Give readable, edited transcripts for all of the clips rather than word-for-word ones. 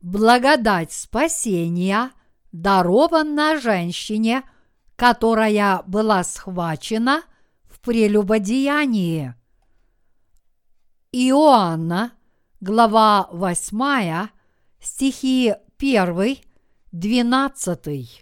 благодать спасения дарована женщине, которая была схвачена в прелюбодеянии. Иоанна, глава 8, стихи 1, 12.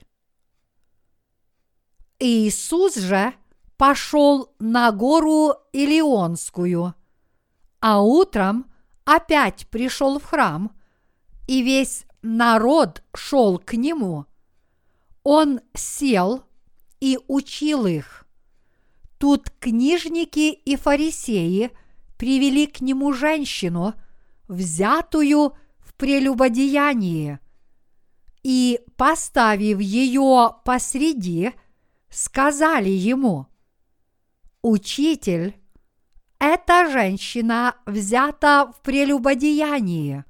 Иисус же пошел на гору Илионскую, а утром опять пришел в храм, и весь народ шел к нему. Он сел и учил их. Тут книжники и фарисеи привели к нему женщину, взятую в прелюбодеянии, и, поставив ее посреди, сказали ему: «Учитель, эта женщина взята в прелюбодеянии,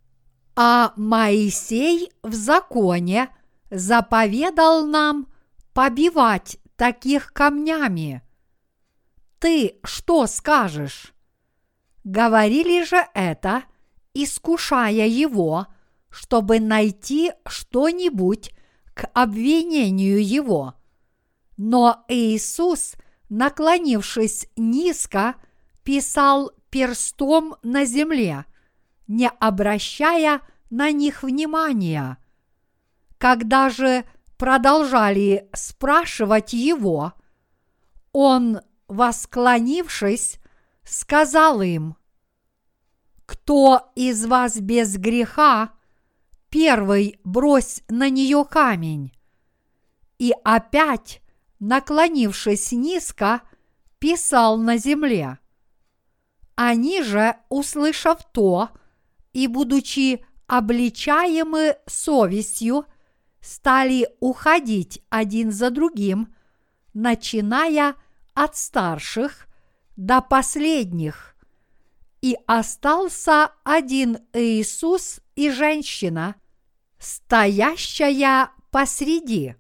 а Моисей в законе заповедал нам побивать таких камнями. Ты что скажешь?» Говорили же это, искушая его, чтобы найти что-нибудь к обвинению его. Но Иисус, наклонившись низко, писал перстом на земле, не обращая на них внимания. Когда же продолжали спрашивать его, он, восклонившись, сказал им: «Кто из вас без греха, первый брось на нее камень». И опять, наклонившись низко, писал на земле. Они же, услышав то и будучи обличаемы совестью, стали уходить один за другим, начиная от старших до последних. И остался один Иисус и женщина, стоящая посреди.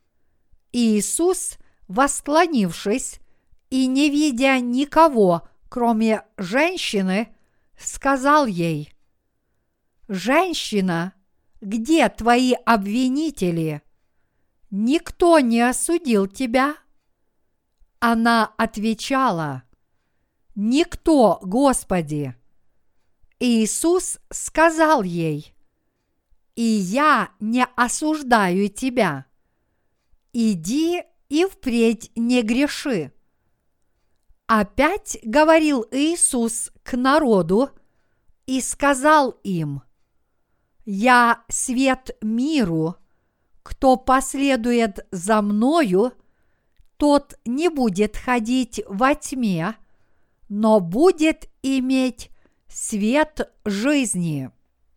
Иисус, восклонившись и не видя никого, кроме женщины, сказал ей: «Женщина, где твои обвинители? Никто не осудил тебя?» Она отвечала: «Никто, Господи». Иисус сказал ей: «И я не осуждаю тебя. Иди и впредь не греши». Опять говорил Иисус к народу и сказал им: «Я свет миру. Кто последует за мною, тот не будет ходить во тьме, но будет иметь свет жизни».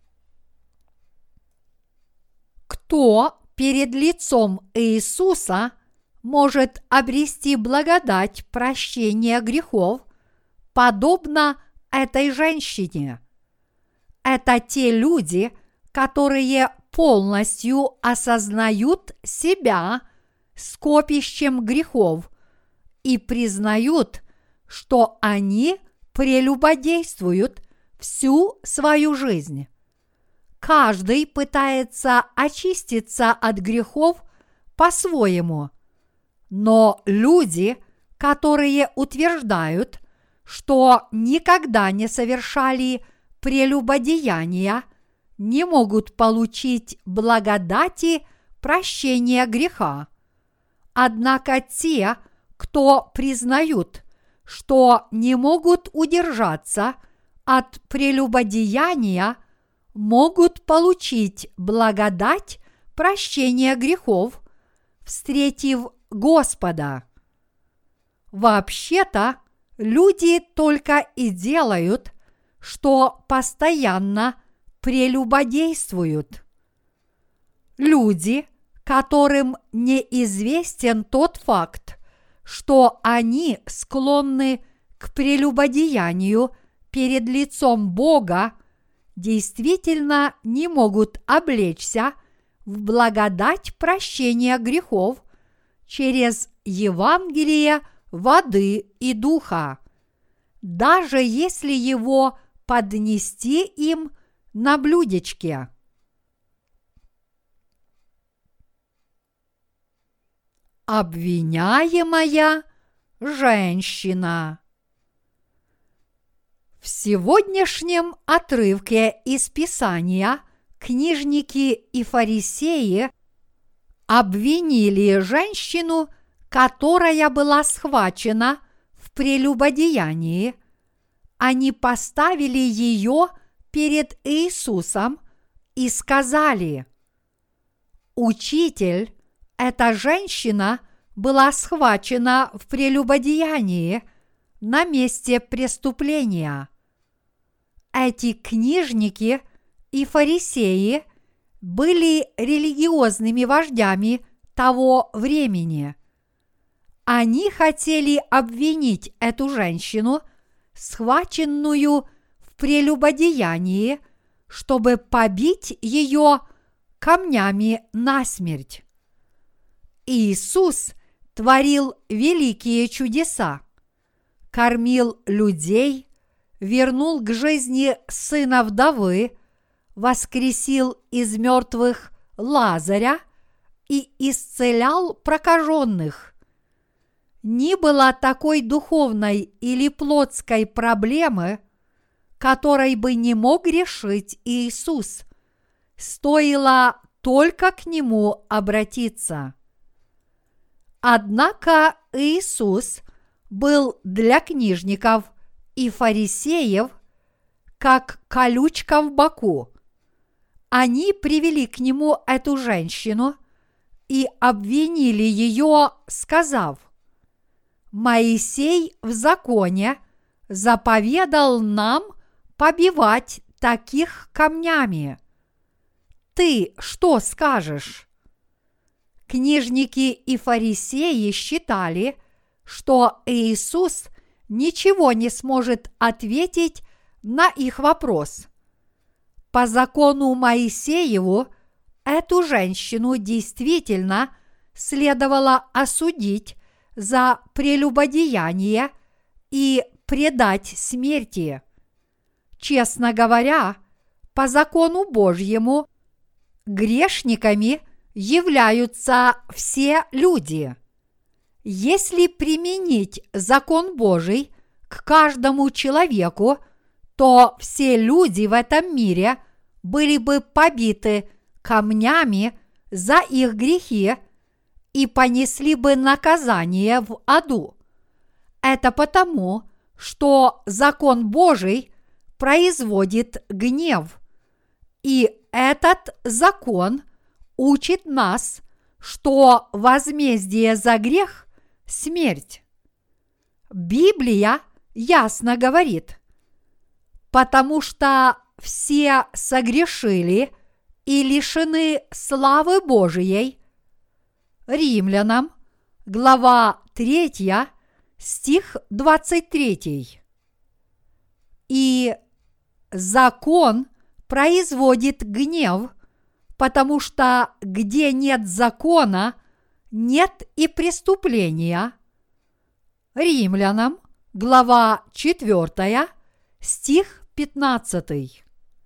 Кто перед лицом Иисуса может обрести благодать прощения грехов, подобно этой женщине? Это те люди, которые полностью осознают себя скопищем грехов и признают, что они прелюбодействуют всю свою жизнь. Каждый пытается очиститься от грехов по-своему, но люди, которые утверждают, что никогда не совершали прелюбодеяния, не могут получить благодати прощения греха. Однако те, кто признают, что не могут удержаться от прелюбодеяния, могут получить благодать прощения грехов, встретив Господа. Вообще-то, люди только и делают, что постоянно прелюбодействуют. Люди, которым неизвестен тот факт, что они склонны к прелюбодеянию перед лицом Бога, действительно не могут облечься в благодать прощения грехов через Евангелие воды и духа, даже если его поднести им на блюдечке. Обвиняемая женщина. В сегодняшнем отрывке из Писания книжники и фарисеи обвинили женщину, которая была схвачена в прелюбодеянии. Они поставили ее перед Иисусом и сказали: «Учитель, эта женщина была схвачена в прелюбодеянии на месте преступления». Эти книжники и фарисеи были религиозными вождями того времени. Они хотели обвинить эту женщину, схваченную в прелюбодеянии, чтобы побить ее камнями насмерть. Иисус творил великие чудеса, кормил людей, вернул к жизни сына вдовы, воскресил из мертвых Лазаря и исцелял прокаженных. Не было такой духовной или плотской проблемы, которой бы не мог решить Иисус, стоило только к Нему обратиться. Однако Иисус был для книжников и фарисеев как колючка в боку. Они привели к Нему эту женщину и обвинили ее, сказав: «Моисей в законе заповедал нам побивать таких камнями. Ты что скажешь?» Книжники и фарисеи считали, что Иисус ничего не сможет ответить на их вопрос. По закону Моисееву эту женщину действительно следовало осудить за прелюбодеяние и предать смерти. Честно говоря, по закону Божьему грешниками являются все люди. Если применить закон Божий к каждому человеку, то все люди в этом мире были бы побиты камнями за их грехи и понесли бы наказание в аду. Это потому, что закон Божий производит гнев, и этот закон учит нас, что возмездие за грех – смерть. Библия ясно говорит: «Потому что все согрешили и лишены славы Божией». Римлянам, глава 3, стих 23. И закон производит гнев, потому что где нет закона, нет и преступления. Римлянам, глава 4, стих 15.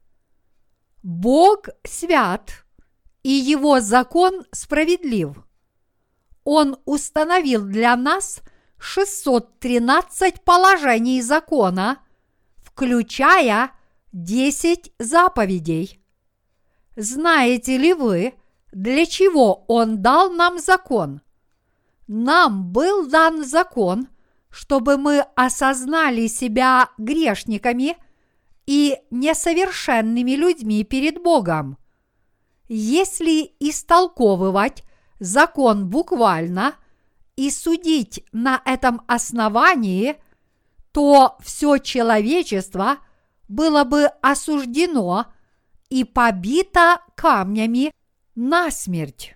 Бог свят, и Его закон справедлив. Он установил для нас 613 положений закона, включая 10 заповедей. Знаете ли вы, для чего Он дал нам закон? Нам был дан закон, чтобы мы осознали себя грешниками и несовершенными людьми перед Богом. Если истолковывать закон буквально и судить на этом основании, то все человечество было бы осуждено и побито камнями насмерть.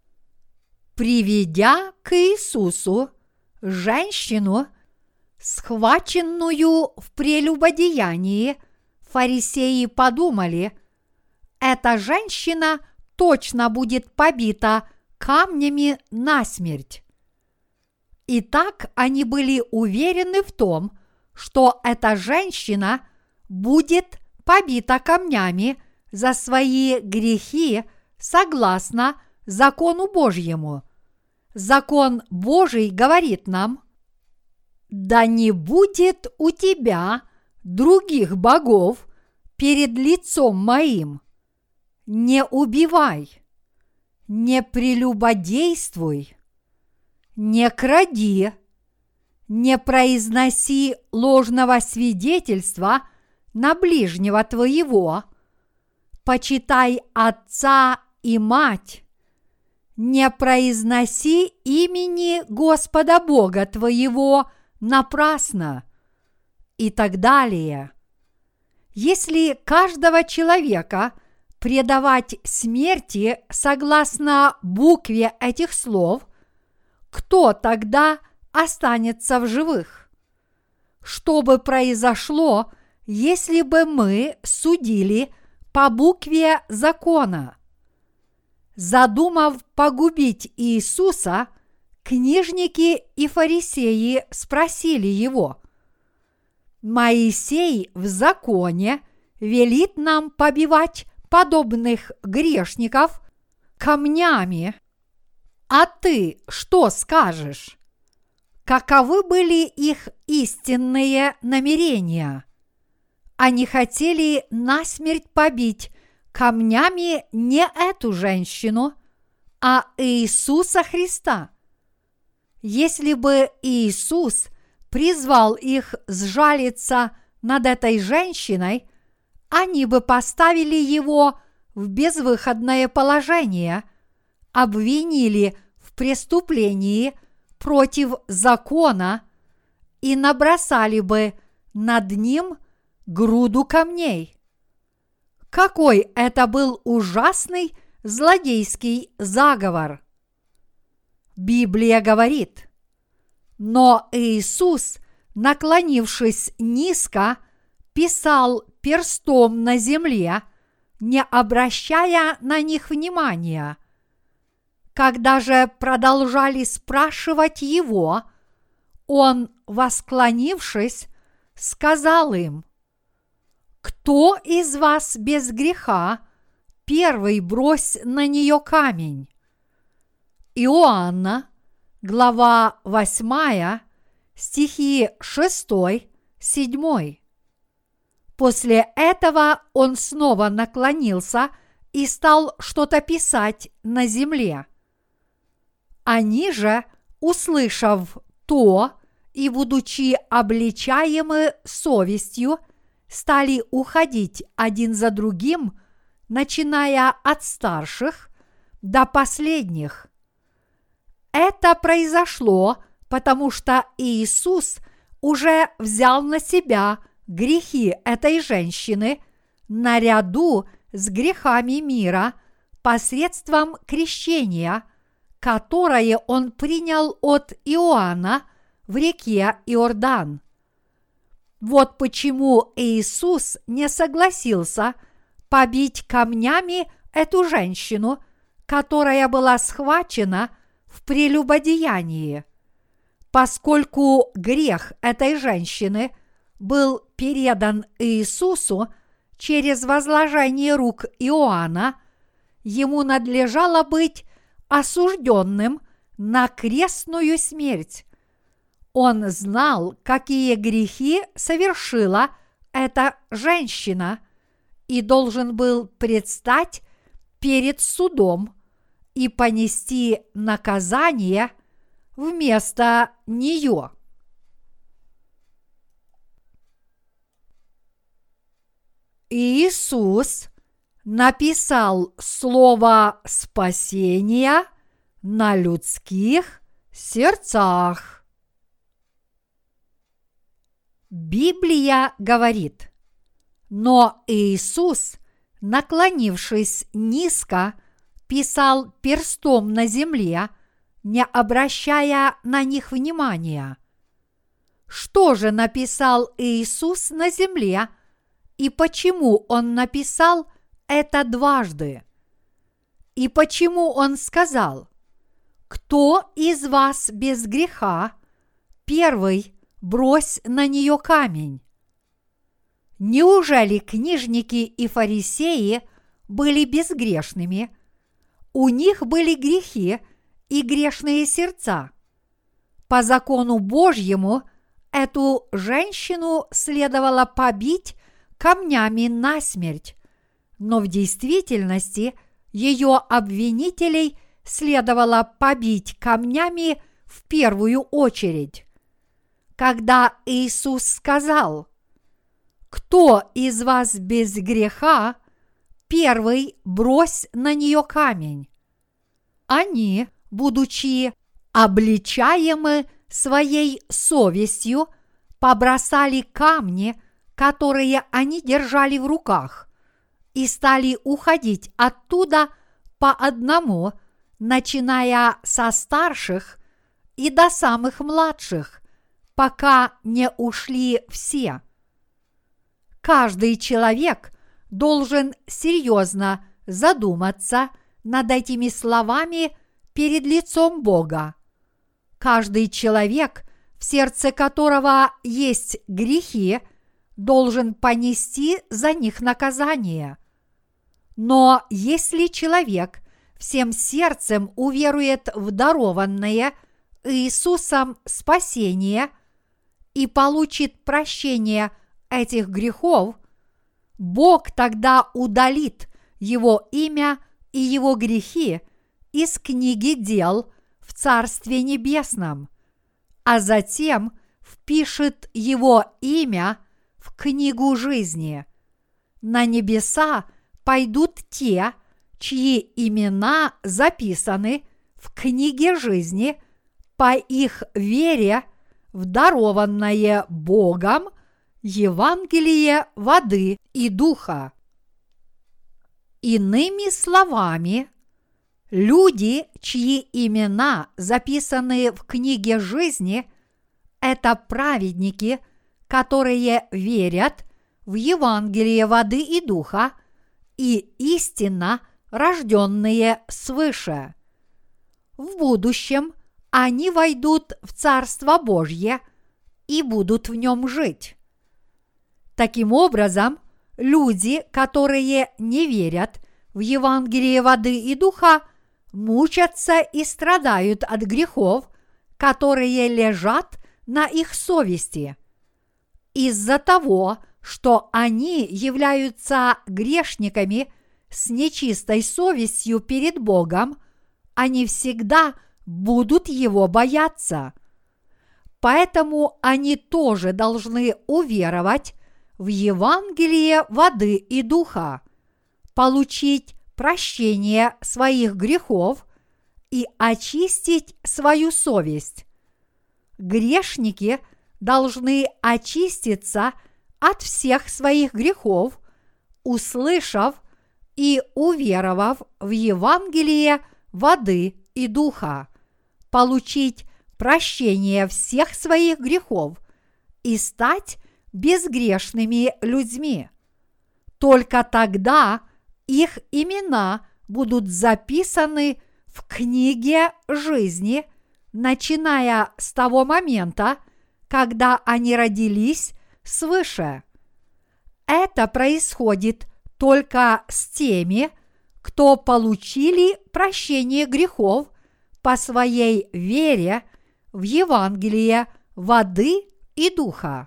Приведя к Иисусу женщину, схваченную в прелюбодеянии, фарисеи подумали: эта женщина точно будет побита камнями насмерть. Итак, они были уверены в том, что эта женщина будет побита камнями за свои грехи согласно закону Божьему. Закон Божий говорит нам: «Да не будет у тебя других богов перед лицом моим. Не убивай, не прелюбодействуй, не кради, не произноси ложного свидетельства на ближнего твоего, почитай отца и мать, не произноси имени Господа Бога твоего напрасно» и так далее. Если каждого человека предавать смерти согласно букве этих слов, кто тогда останется в живых? Что бы произошло, если бы мы судили по букве закона? Задумав погубить Иисуса, книжники и фарисеи спросили его: «Моисей в законе велит нам побивать подобных грешников камнями. А ты что скажешь?» Каковы были их истинные намерения? Они хотели насмерть побить камнями не эту женщину, а Иисуса Христа. Если бы Иисус призвал их сжалиться над этой женщиной, они бы поставили его в безвыходное положение, обвинили в преступлении против закона и набросали бы над ним груду камней. Какой это был ужасный злодейский заговор! Библия говорит: «Но Иисус, наклонившись низко, писал перстом на земле, не обращая на них внимания. Когда же продолжали спрашивать его, он, восклонившись, сказал им: «Кто из вас без греха, первый брось на нее камень». Иоанна, глава 8, стихи 6-7. После этого он снова наклонился и стал что-то писать на земле. Они же, услышав то и будучи обличаемы совестью, стали уходить один за другим, начиная от старших до последних. Это произошло, потому что Иисус уже взял на себя грехи этой женщины наряду с грехами мира посредством крещения, которое он принял от Иоанна в реке Иордан. Вот почему Иисус не согласился побить камнями эту женщину, которая была схвачена в прелюбодеянии. Поскольку грех этой женщины был передан Иисусу через возложение рук Иоанна, ему надлежало быть осужденным на крестную смерть. Он знал, какие грехи совершила эта женщина, и должен был предстать перед судом и понести наказание вместо нее. Иисус написал слово спасения на людских сердцах. Библия говорит: «Но Иисус, наклонившись низко, писал перстом на земле, не обращая на них внимания». Что же написал Иисус на земле, и почему Он написал это дважды? И почему Он сказал: «Кто из вас без греха, первый брось на нее камень»? Неужели книжники и фарисеи были безгрешными? У них были грехи, и грешные сердца. По закону Божьему эту женщину следовало побить камнями насмерть, но в действительности ее обвинителей следовало побить камнями в первую очередь. Когда Иисус сказал: «Кто из вас без греха, первый брось на нее камень», они, будучи обличаемы своей совестью, побросали камни, которые они держали в руках, и стали уходить оттуда по одному, начиная со старших и до самых младших, пока не ушли все. Каждый человек должен серьезно задуматься над этими словами перед лицом Бога. Каждый человек, в сердце которого есть грехи, должен понести за них наказание. Но если человек всем сердцем уверует в дарованное Иисусом спасение и получит прощение этих грехов, Бог тогда удалит его имя и его грехи из книги дел в Царстве Небесном, а затем впишет его имя в книгу жизни. На небеса пойдут те, чьи имена записаны в книге жизни по их вере в дарованное Богом Евангелие воды и духа. Иными словами, люди, чьи имена записаны в книге жизни, это праведники, которые верят в Евангелие воды и духа и истинно рожденные свыше. В будущем они войдут в Царство Божье и будут в нем жить. Таким образом, люди, которые не верят в Евангелие воды и духа, мучатся и страдают от грехов, которые лежат на их совести. Из-за того, что они являются грешниками с нечистой совестью перед Богом, они всегда будут Его бояться. Поэтому они тоже должны уверовать в Евангелие воды и духа, получить прощение своих грехов и очистить свою совесть. Грешники должны очиститься от всех своих грехов, услышав и уверовав в Евангелие воды и духа, получить прощение всех своих грехов и стать безгрешными людьми. Только тогда их имена будут записаны в книге жизни, начиная с того момента, когда они родились свыше. Это происходит только с теми, кто получили прощение грехов по своей вере в Евангелие воды и духа.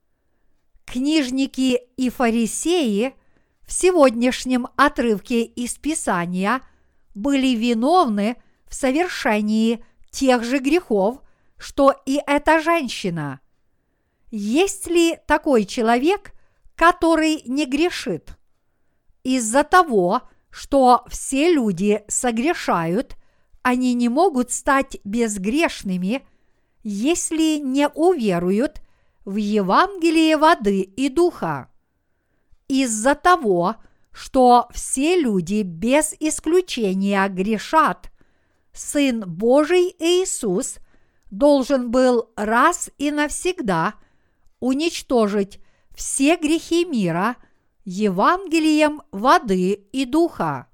Книжники и фарисеи в сегодняшнем отрывке из Писания были виновны в совершении тех же грехов, что и эта женщина. Есть ли такой человек, который не грешит? Из-за того, что все люди согрешают, они не могут стать безгрешными, если не уверуют в Евангелие воды и духа. Из-за того, что все люди без исключения грешат, Сын Божий Иисус должен был раз и навсегда уничтожить все грехи мира Евангелием воды и духа.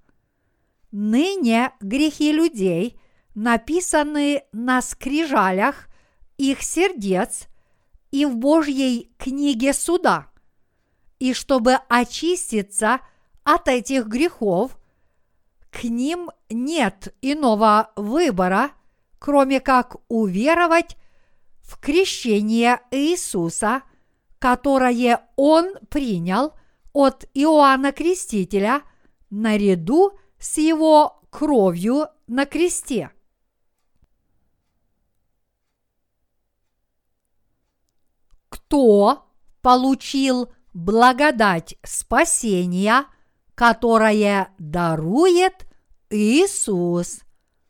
Ныне грехи людей написаны на скрижалях их сердец и в Божьей книге суда. И чтобы очиститься от этих грехов, к ним нет иного выбора, кроме как уверовать в крещение Иисуса, которое Он принял от Иоанна Крестителя наряду с Его кровью на кресте. Кто получил благодать спасения, которое дарует Иисус?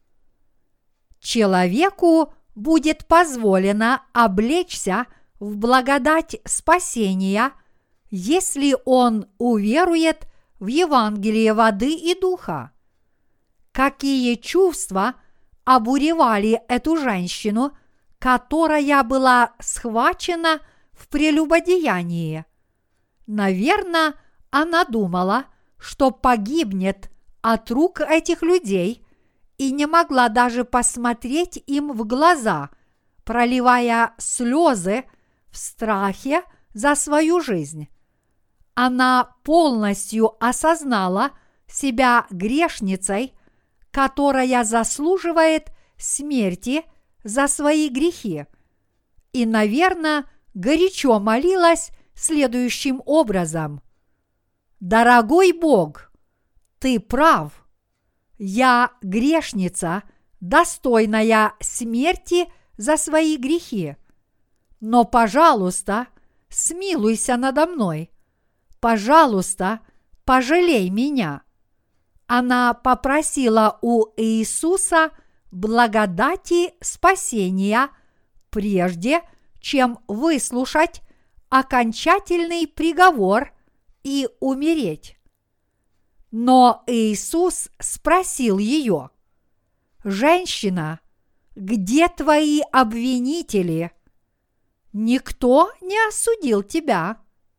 Человеку будет позволено облечься в благодать спасения, если он уверует в Евангелие воды и духа. Какие чувства обуревали эту женщину, которая была схвачена в прелюбодеянии? Наверное, она думала, что погибнет от рук этих людей, и не могла даже посмотреть им в глаза, проливая слезы в страхе за свою жизнь. Она полностью осознала себя грешницей, которая заслуживает смерти за свои грехи, и, наверное, горячо молилась следующим образом: «Дорогой Бог, Ты прав. Я грешница, достойная смерти за свои грехи. Но, пожалуйста, смилуйся надо мной. Пожалуйста, пожалей меня». Она попросила у Иисуса благодати спасения, прежде чем выслушать окончательный приговор и умереть. Но Иисус спросил ее: «Женщина, где твои обвинители? Никто не осудил тебя?»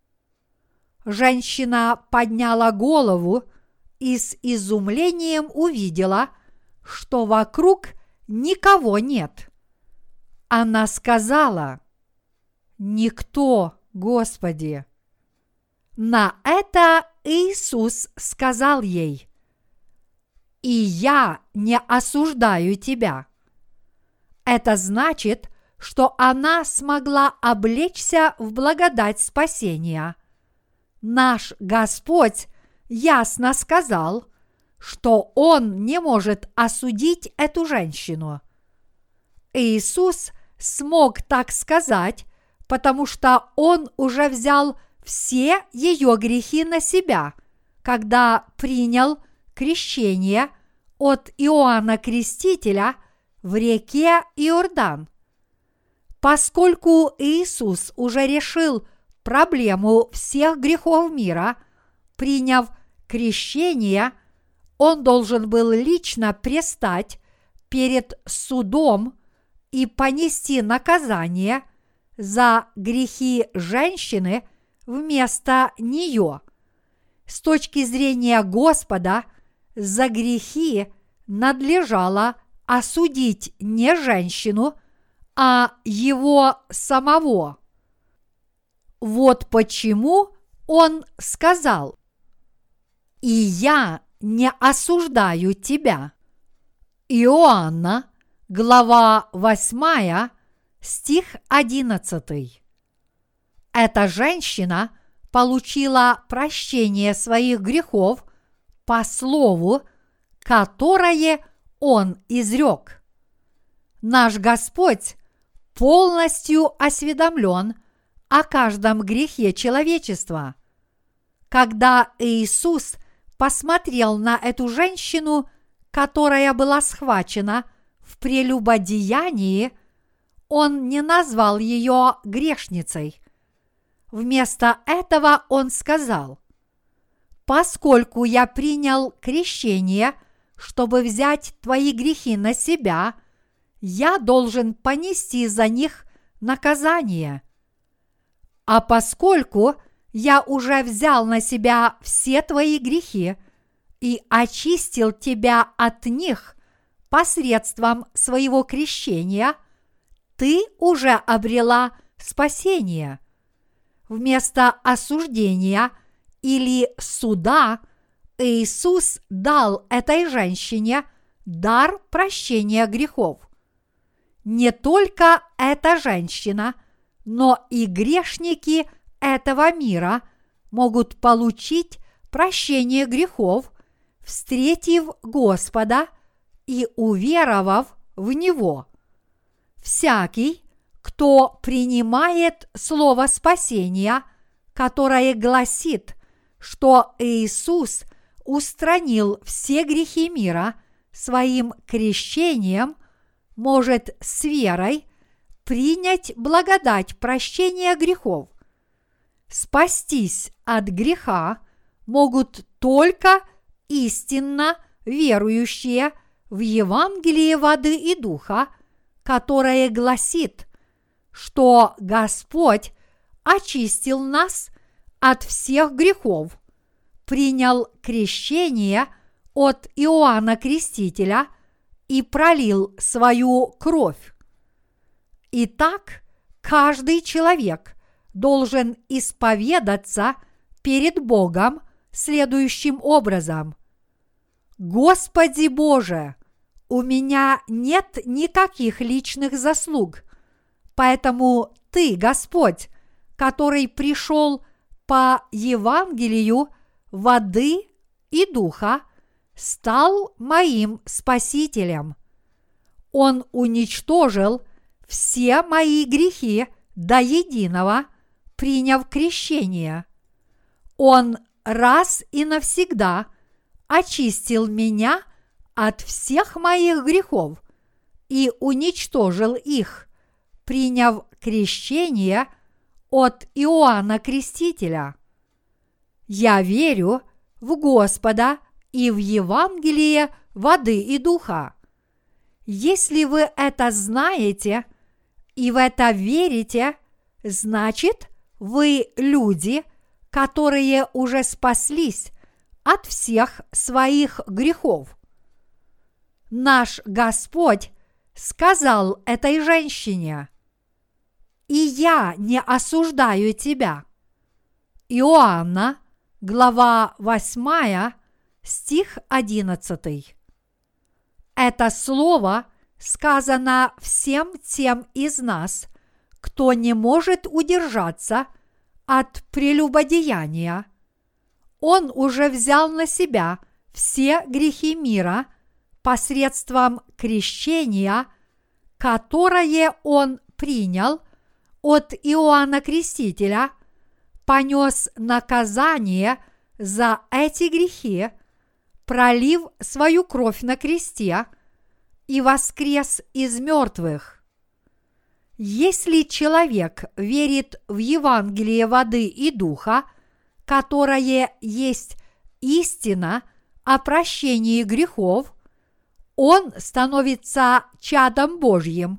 Женщина подняла голову и с изумлением увидела, что вокруг никого нет. Она сказала: «Никто, Господи». На это Иисус сказал ей: «И я не осуждаю тебя». Это значит, что она смогла облечься в благодать спасения. Наш Господь ясно сказал, что Он не может осудить эту женщину. Иисус смог так сказать, потому что Он уже взял все ее грехи на себя, когда принял крещение от Иоанна Крестителя в реке Иордан. Поскольку Иисус уже решил проблему всех грехов мира, приняв крещение, Он должен был лично предстать перед судом и понести наказание за грехи женщины вместо нее. С точки зрения Господа, за грехи надлежало осудить не женщину, а его самого. Вот почему он сказал: «И я не осуждаю тебя». Иоанна, глава 8, стих 11. Эта женщина получила прощение своих грехов по слову, которое Он изрек. Наш Господь полностью осведомлен о каждом грехе человечества. Когда Иисус посмотрел на эту женщину, которая была схвачена в прелюбодеянии, Он не назвал ее грешницей. Вместо этого Он сказал: «Поскольку я принял крещение, чтобы взять твои грехи на себя, я должен понести за них наказание. А поскольку я уже взял на себя все твои грехи и очистил тебя от них посредством своего крещения, ты уже обрела спасение». Вместо осуждения или суда Иисус дал этой женщине дар прощения грехов. не только эта женщина, но и грешники этого мира могут получить прощение грехов, встретив Господа и уверовав в Него. Всякий, кто принимает слово спасения, которое гласит, что Иисус устранил все грехи мира своим крещением, может с верой принять благодать прощения грехов. Спастись от греха могут только истинно верующие в Евангелие воды и духа, которое гласит, что Господь очистил нас от всех грехов, принял крещение от Иоанна Крестителя и пролил свою кровь. Итак, каждый человек должен исповедаться перед Богом следующим образом: «Господи Боже, у меня нет никаких личных заслуг, поэтому Ты, Господь, который пришел по Евангелию воды и духа, стал моим Спасителем. Он уничтожил все мои грехи до единого, приняв крещение. Он раз и навсегда очистил меня от всех моих грехов и уничтожил их, приняв крещение от Иоанна Крестителя. Я верю в Господа и в Евангелие воды и духа. Если вы это знаете и в это верите, значит, вы люди, которые уже спаслись от всех своих грехов. Наш Господь сказал этой женщине: «И я не осуждаю тебя». Иоанна, глава 8, стих 11. Это слово сказано всем тем из нас, кто не может удержаться от прелюбодеяния. Он уже взял на себя все грехи мира посредством крещения, которое он принял от Иоанна Крестителя, понес наказание за эти грехи, пролив свою кровь на кресте и воскрес из мертвых. Если человек верит в Евангелие воды и духа, которое есть истина о прощении грехов, он становится чадом Божьим.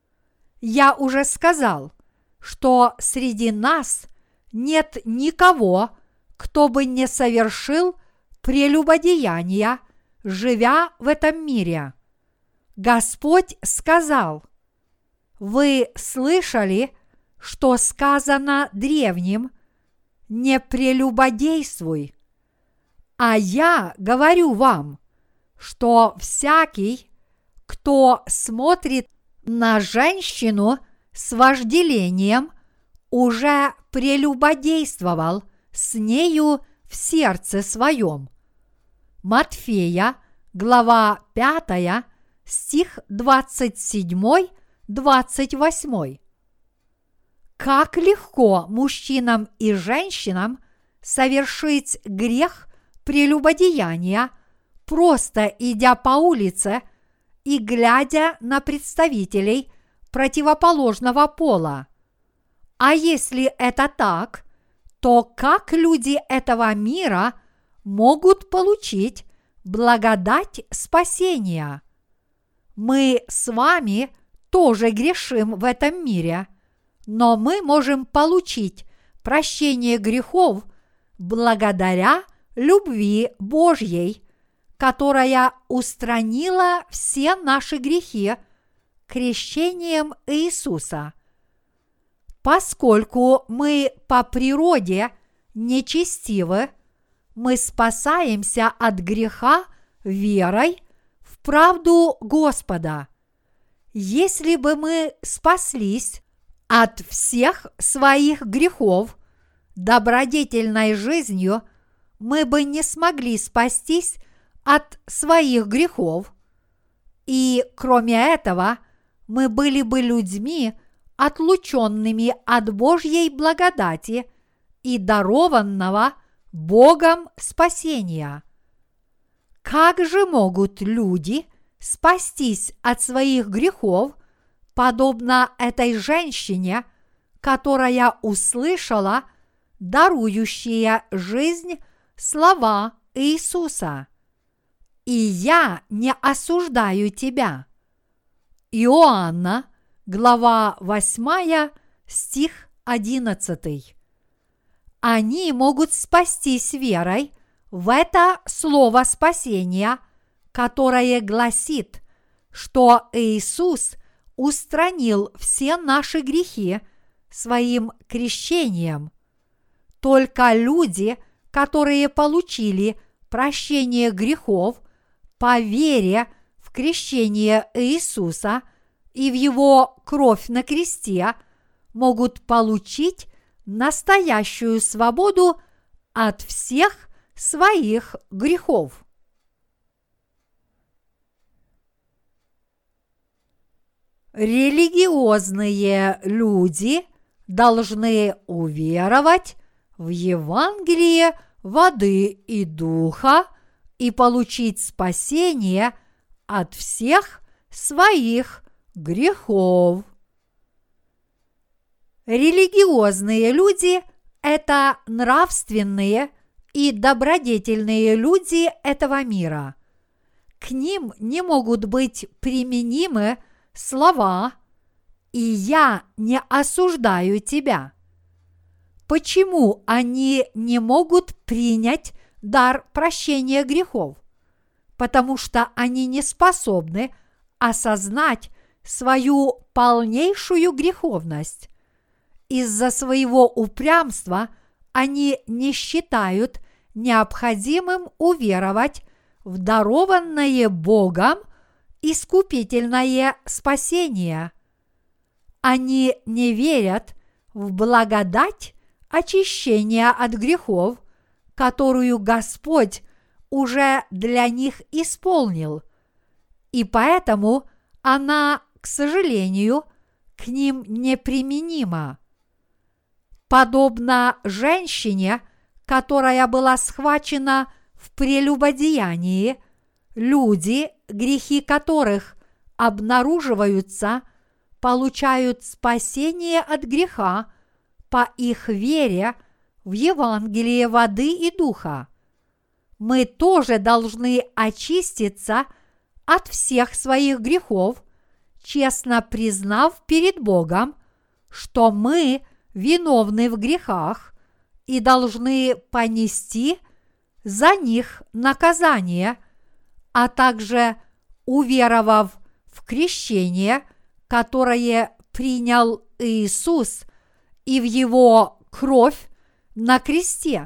Я уже сказал, что среди нас нет никого, кто бы не совершил прелюбодеяния, живя в этом мире. Господь сказал: «Вы слышали, что сказано древним: не прелюбодействуй. А я говорю вам, что всякий, кто смотрит на женщину с вожделением, уже прелюбодействовал с нею в сердце своем». Матфея, глава 5, стих 27-28. Как легко мужчинам и женщинам совершить грех прелюбодеяния, просто идя по улице и глядя на представителей противоположного пола. А если это так, то как люди этого мира могут получить благодать спасения? Мы с вами тоже грешим в этом мире, но мы можем получить прощение грехов благодаря любви Божьей, которая устранила все наши грехи крещением Иисуса. Поскольку мы по природе нечестивы, мы спасаемся от греха верой в правду Господа. Если бы мы спаслись от всех своих грехов добродетельной жизнью, мы бы не смогли спастись от своих грехов. И кроме этого, мы были бы людьми, отлученными от Божьей благодати и дарованного Богом спасения. Как же могут люди спастись от своих грехов, подобно этой женщине, которая услышала дарующие жизнь слова Иисуса? «И я не осуждаю тебя». Иоанна, глава 8, стих 11. Они могут спастись верой в это слово спасения, которое гласит, что Иисус устранил все наши грехи своим крещением. Только люди, которые получили прощение грехов по вере в крещение Иисуса и в Его кровь на кресте, могут получить настоящую свободу от всех своих грехов. Религиозные люди должны уверовать в Евангелие воды и духа и получить спасение от всех своих грехов. Религиозные люди – это нравственные и добродетельные люди этого мира. К ним не могут быть применимы слова «И я не осуждаю тебя». Почему они не могут принять дар прощения грехов? Потому что они не способны осознать свою полнейшую греховность. Из-за своего упрямства они не считают необходимым уверовать в дарованное Богом искупительное спасение. Они не верят в благодать очищения от грехов, которую Господь уже для них исполнил, и поэтому она, к сожалению, к ним неприменима. Подобно женщине, которая была схвачена в прелюбодеянии, люди, грехи которых обнаруживаются, получают спасение от греха по их вере в Евангелие воды и духа. Мы тоже должны очиститься от всех своих грехов, честно признав перед Богом, что мы виновны в грехах и должны понести за них наказание, а также уверовав в крещение, которое принял Иисус, и в Его кровь на кресте.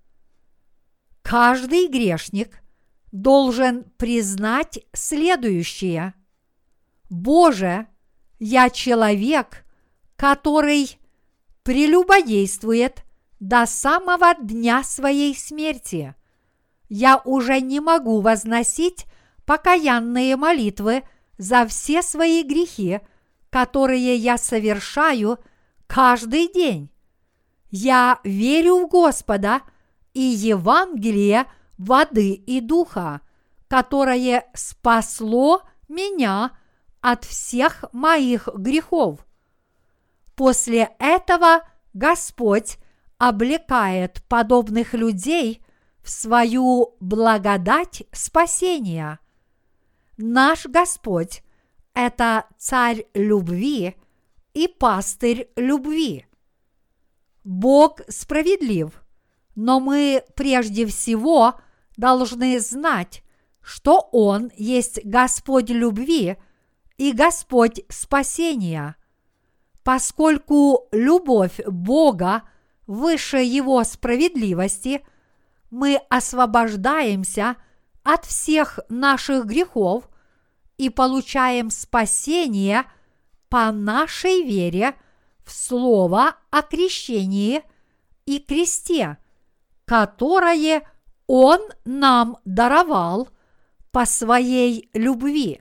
Каждый грешник должен признать следующее: «Боже, я человек, который прелюбодействует до самого дня своей смерти. Я уже не могу возносить покаянные молитвы за все свои грехи, которые я совершаю каждый день. Я верю в Господа и Евангелие воды и духа, которое спасло меня от всех моих грехов». После этого Господь облекает подобных людей в свою благодать спасения. Наш Господь – это Царь любви и Пастырь любви. Бог справедлив, но мы прежде всего должны знать, что Он есть Господь любви и Господь спасения. Поскольку любовь Бога выше Его справедливости, мы освобождаемся от всех наших грехов и получаем спасение по нашей вере в Слово о крещении и кресте, которое Он нам даровал по своей любви.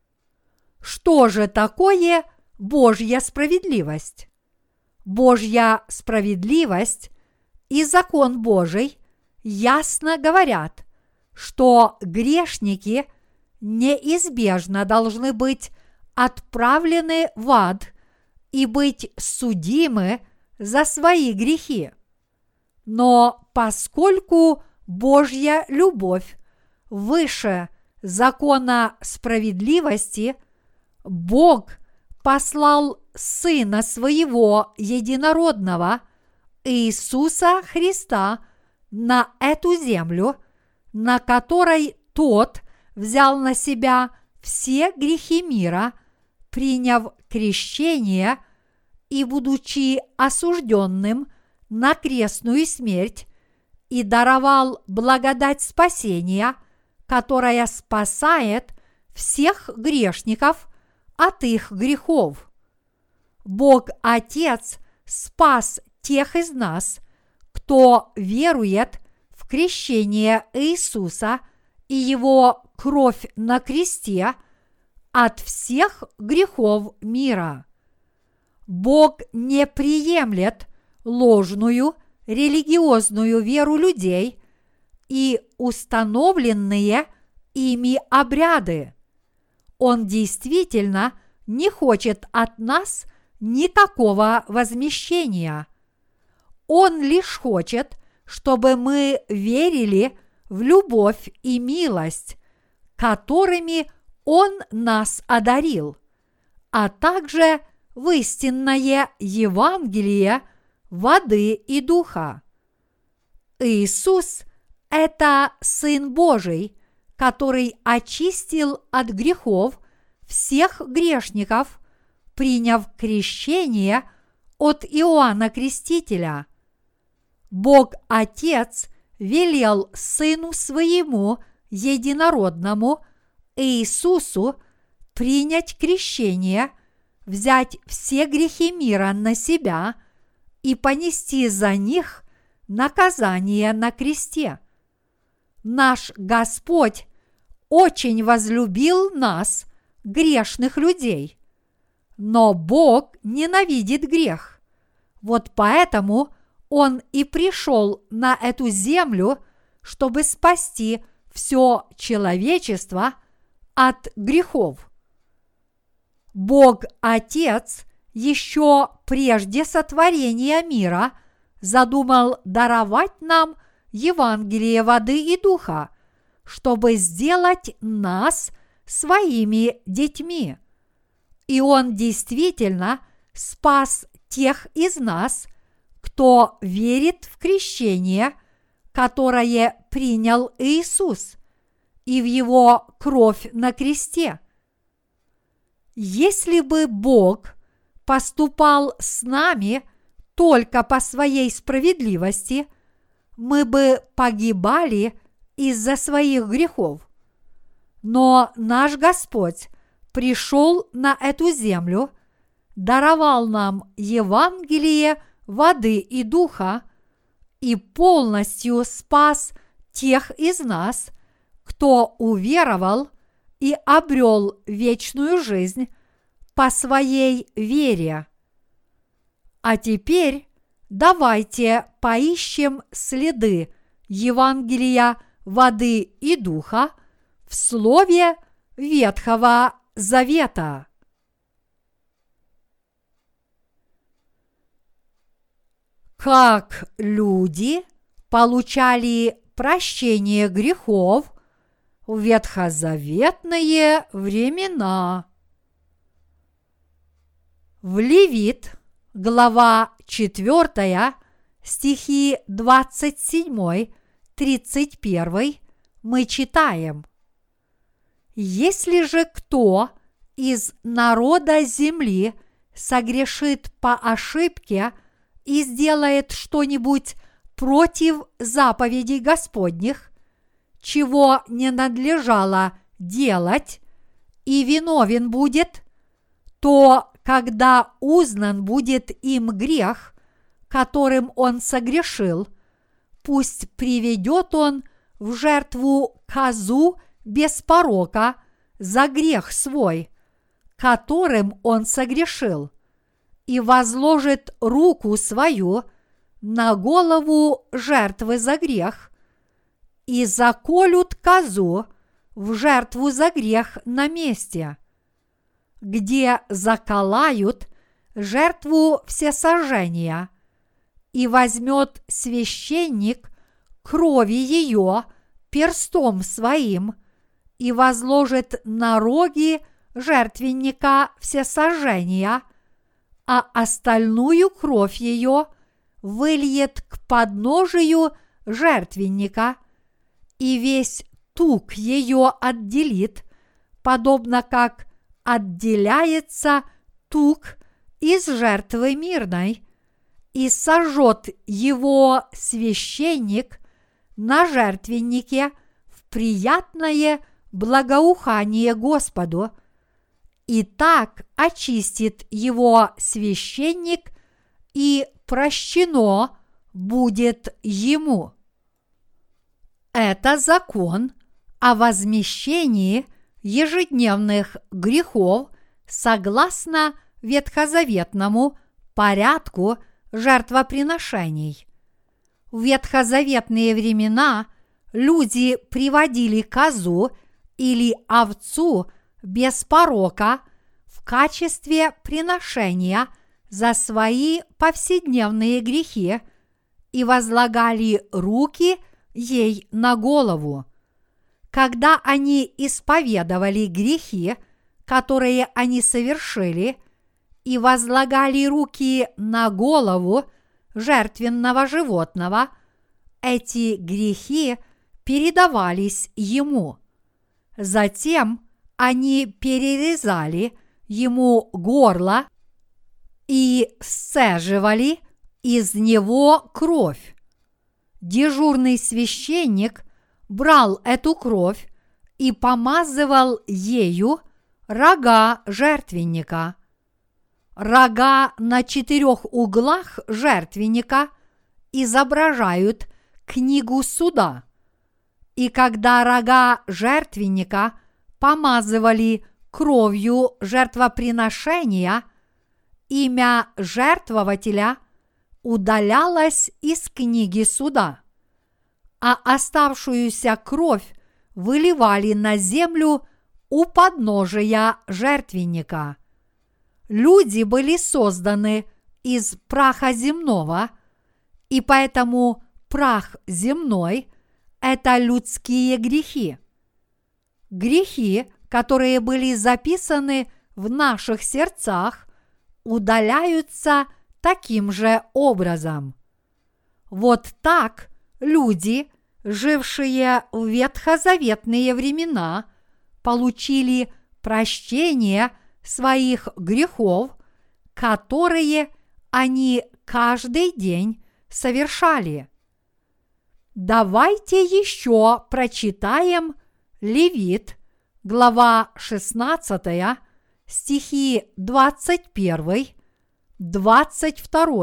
Что же такое Божья справедливость? Божья справедливость и закон Божий ясно говорят, что грешники неизбежно должны быть отправлены в ад и быть судимы за свои грехи. Но поскольку Божья любовь выше закона справедливости, Бог послал Сына Своего Единородного, Иисуса Христа, на эту землю, на которой Тот взял на себя все грехи мира, приняв крещение и будучи осужденным на крестную смерть, и даровал благодать спасения, которая спасает всех грешников от их грехов. Бог Отец спас тех из нас, кто верует в крещение Иисуса и Его кровь на кресте, от всех грехов мира. Бог не приемлет ложную религиозную веру людей и установленные ими обряды. Он действительно не хочет от нас никакого возмещения. Он лишь хочет, чтобы мы верили в любовь и милость, которыми Он нас одарил, а также в истинное Евангелие воды и духа. Иисус – это Сын Божий, который очистил от грехов всех грешников, приняв крещение от Иоанна Крестителя. Бог Отец велел Сыну Своему Единородному Иисусу принять крещение, взять все грехи мира на себя и понести за них наказание на кресте. Наш Господь очень возлюбил нас, грешных людей, но Бог ненавидит грех. Вот поэтому Он и пришел на эту землю, чтобы спасти все человечество от грехов. Бог Отец еще прежде сотворения мира задумал даровать нам Евангелие воды и духа, чтобы сделать нас своими детьми. И Он действительно спас тех из нас, кто верит в крещение, которое принял Иисус, и в Его кровь на кресте. Если бы Бог поступал с нами только по своей справедливости, мы бы погибали из-за своих грехов. Но наш Господь пришел на эту землю, даровал нам Евангелие воды и духа и полностью спас тех из нас, кто уверовал и обрел вечную жизнь по своей вере. А теперь давайте поищем следы Евангелия воды и духа в слове Ветхого Завета. Как люди получали прощение грехов в ветхозаветные времена. В Левит, глава 4, стихи 27-31 мы читаем: «Если же кто из народа земли согрешит по ошибке и сделает что-нибудь против заповедей Господних, чего не надлежало делать, и виновен будет, то когда узнан будет им грех, которым он согрешил, пусть приведет он в жертву козу без порока за грех свой, которым он согрешил, и возложит руку свою на голову жертвы за грех, и заколют козу в жертву за грех на месте, где заколают жертву всесожжения, и возьмет священник крови ее перстом своим и возложит на роги жертвенника всесожжения, а остальную кровь ее выльет к подножию жертвенника, и весь тук ее отделит, подобно как отделяется тук из жертвы мирной, и сожжет его священник на жертвеннике в приятное благоухание Господу, и так очистит его священник, и прощено будет ему. Это закон о возмещении ежедневных грехов согласно ветхозаветному порядку жертвоприношений. В ветхозаветные времена люди приводили козу или овцу без порока в качестве приношения за свои повседневные грехи и возлагали руки ей на голову. Когда они исповедовали грехи, которые они совершили, и возлагали руки на голову жертвенного животного, эти грехи передавались ему. Затем они перерезали ему горло и сцеживали из него кровь. Дежурный священник брал эту кровь и помазывал ею рога жертвенника. Рога на 4 углах жертвенника изображают книгу суда. И когда рога жертвенника помазывали кровью жертвоприношения, имя жертвователя удалялось из книги суда, а оставшуюся кровь выливали на землю у подножия жертвенника. Люди были созданы из праха земного, и поэтому прах земной – это людские грехи. Грехи, которые были записаны в наших сердцах, удаляются таким же образом. Вот так люди, жившие в ветхозаветные времена, получили прощение своих грехов, которые они каждый день совершали. Давайте еще прочитаем Левит, глава 16, стихи 21, 22.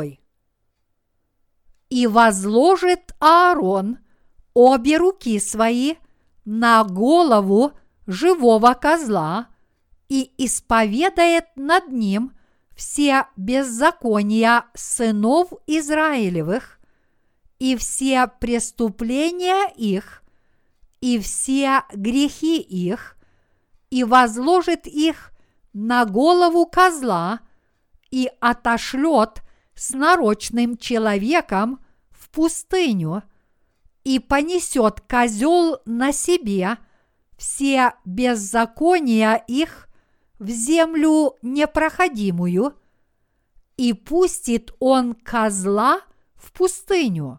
«И возложит Аарон обе руки свои на голову живого козла и исповедает над ним все беззакония сынов Израилевых и все преступления их, и все грехи их, и возложит их на голову козла и отошлет с нарочным человеком в пустыню, и понесет козел на себе все беззакония их в землю непроходимую, и пустит он козла в пустыню».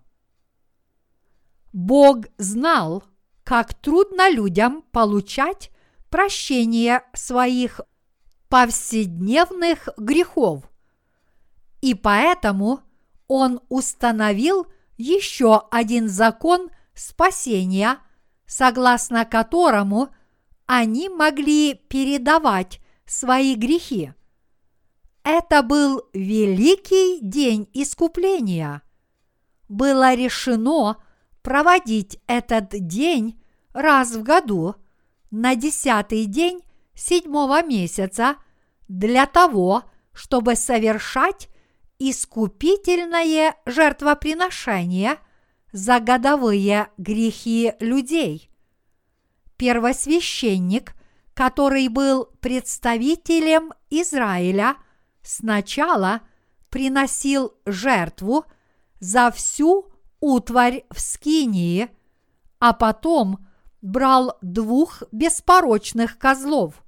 Бог знал, как трудно людям получать прощение своих повседневных грехов, и поэтому Он установил еще один закон спасения, согласно которому они могли передавать свои грехи. Это был великий день искупления. Было решено проводить этот день раз в году на 10-й день 7-го месяца для того, чтобы совершать искупительное жертвоприношение за годовые грехи людей. Первосвященник, который был представителем Израиля, сначала приносил жертву за всю утварь в скинии, а потом брал 2 беспорочных козлов.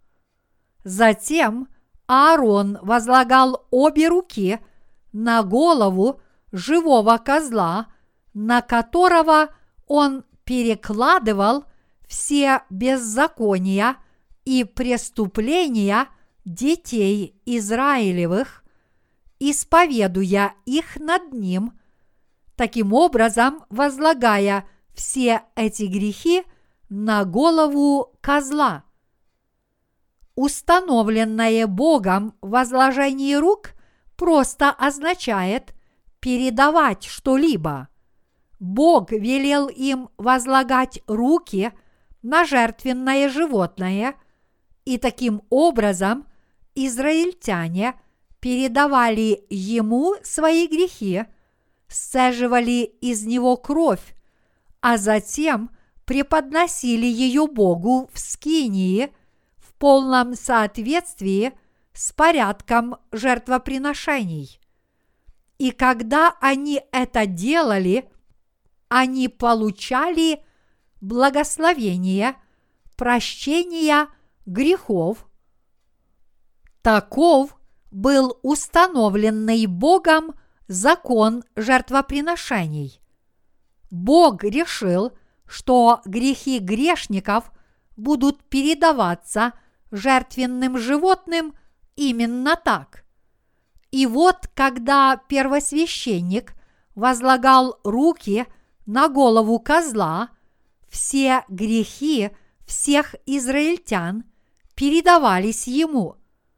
Затем Аарон возлагал обе руки на голову живого козла, на которого он перекладывал все беззакония и преступления детей Израилевых, исповедуя их над ним, таким образом возлагая все эти грехи на голову козла. Установленное Богом возложение рук просто означает передавать что-либо. Бог велел им возлагать руки на жертвенное животное, и таким образом израильтяне передавали ему свои грехи, сцеживали из него кровь, а затем преподносили ее Богу в скинии в полном соответствии с порядком жертвоприношений. И когда они это делали, они получали благословение прощения грехов. Таков был установленный Богом закон жертвоприношений. Бог решил, что грехи грешников будут передаваться жертвенным животным именно так. И вот, когда первосвященник возлагал руки на голову козла, все грехи всех израильтян передавались ему.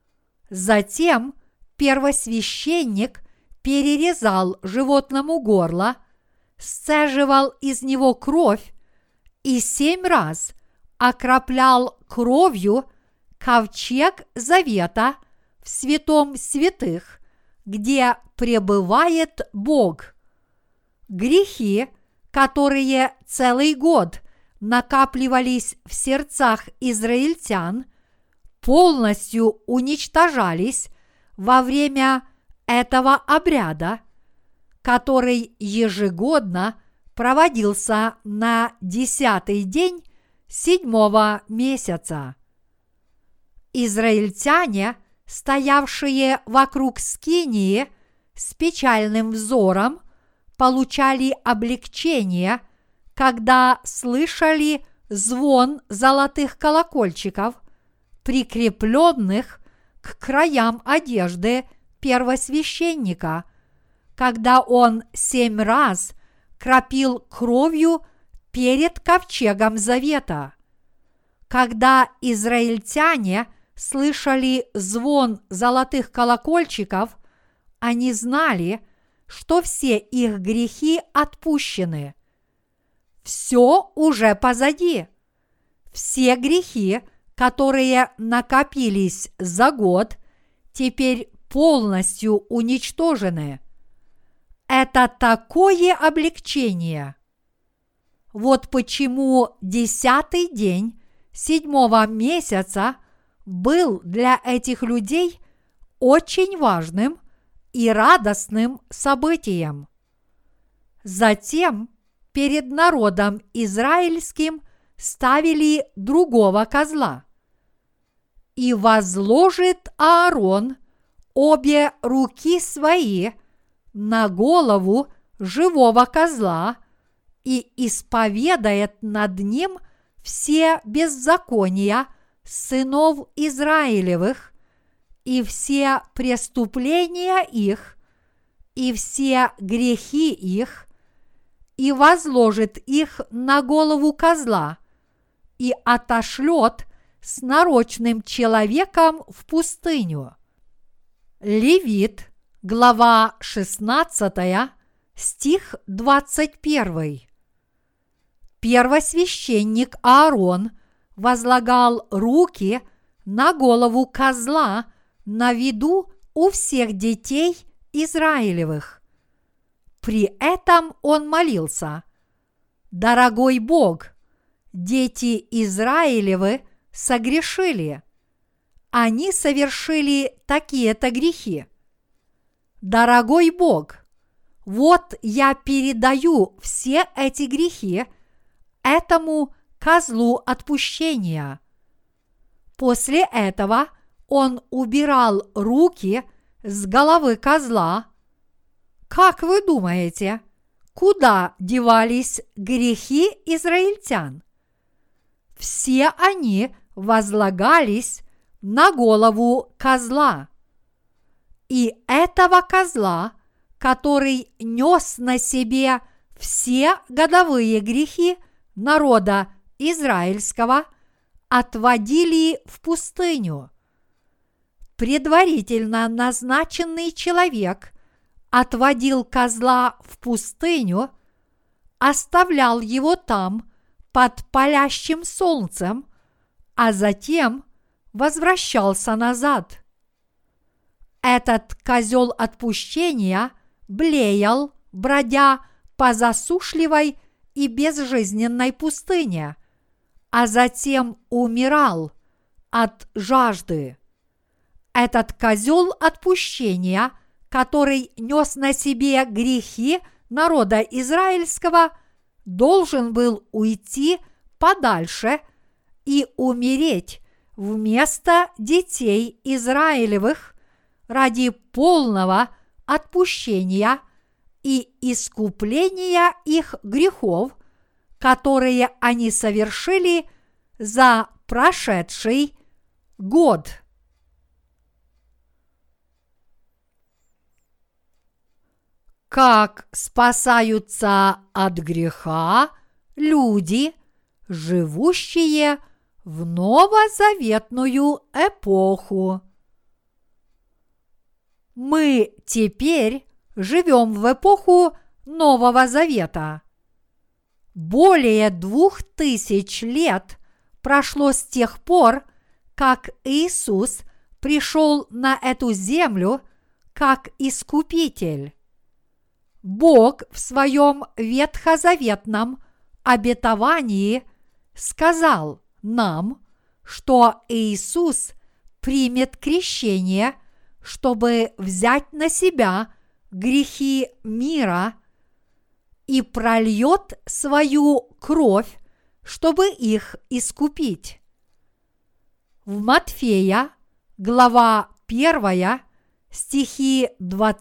Затем первосвященник перерезал животному горло, сцеживал из него кровь и 7 раз окроплял кровью ковчег завета в святом святых, где пребывает Бог. Грехи, которые целый год накапливались в сердцах израильтян, полностью уничтожались во время этого обряда, который ежегодно проводился на 10-й день 7-го месяца. Израильтяне, стоявшие вокруг скинии с печальным взором, получали облегчение, когда слышали звон золотых колокольчиков, прикрепленных к краям одежды первосвященника, когда он 7 раз кропил кровью перед ковчегом завета. Когда израильтяне слышали звон золотых колокольчиков, они знали, что все их грехи отпущены. Все уже позади. Все грехи, которые накопились за год, теперь полностью уничтожены. Это такое облегчение. Вот почему 10-й день 7-го месяца был для этих людей очень важным и радостным событием. Затем перед народом израильским ставили другого козла. И возложит Аарон обе руки свои на голову живого козла и исповедает над ним все беззакония сынов Израилевых и все преступления их, и все грехи их, и возложит их на голову козла, и отошлет с нарочным человеком в пустыню. Левит, глава 16, стих 21. Первосвященник Аарон возлагал руки на голову козла на виду у всех детей Израилевых. При этом он молился: «Дорогой Бог, дети Израилевы согрешили. Они совершили такие-то грехи. Дорогой Бог, вот я передаю все эти грехи этому козлу отпущения». После этого он убирал руки с головы козла. Как вы думаете, куда девались грехи израильтян? Все они возлагались на голову козла. И этого козла, который нес на себе все годовые грехи народа израильского, отводили в пустыню. Предварительно назначенный человек отводил козла в пустыню, оставлял его там под палящим солнцем, а затем возвращался назад. Этот козел отпущения блеял, бродя по засушливой и безжизненной пустыне, а затем умирал от жажды. Этот козел отпущения, который нес на себе грехи народа израильского, должен был уйти подальше и умереть вместо детей Израилевых ради полного отпущения и искупления их грехов, которые они совершили за прошедший год. Как спасаются от греха люди, живущие в новозаветную эпоху? Мы теперь живем в эпоху Нового Завета. Более 2000 лет прошло с тех пор, как Иисус пришел на эту землю как Искупитель. Бог в своем ветхозаветном обетовании сказал нам, что Иисус примет крещение, чтобы взять на себя грехи мира, и прольет свою кровь, чтобы их искупить. В Матфея, глава 1, стихи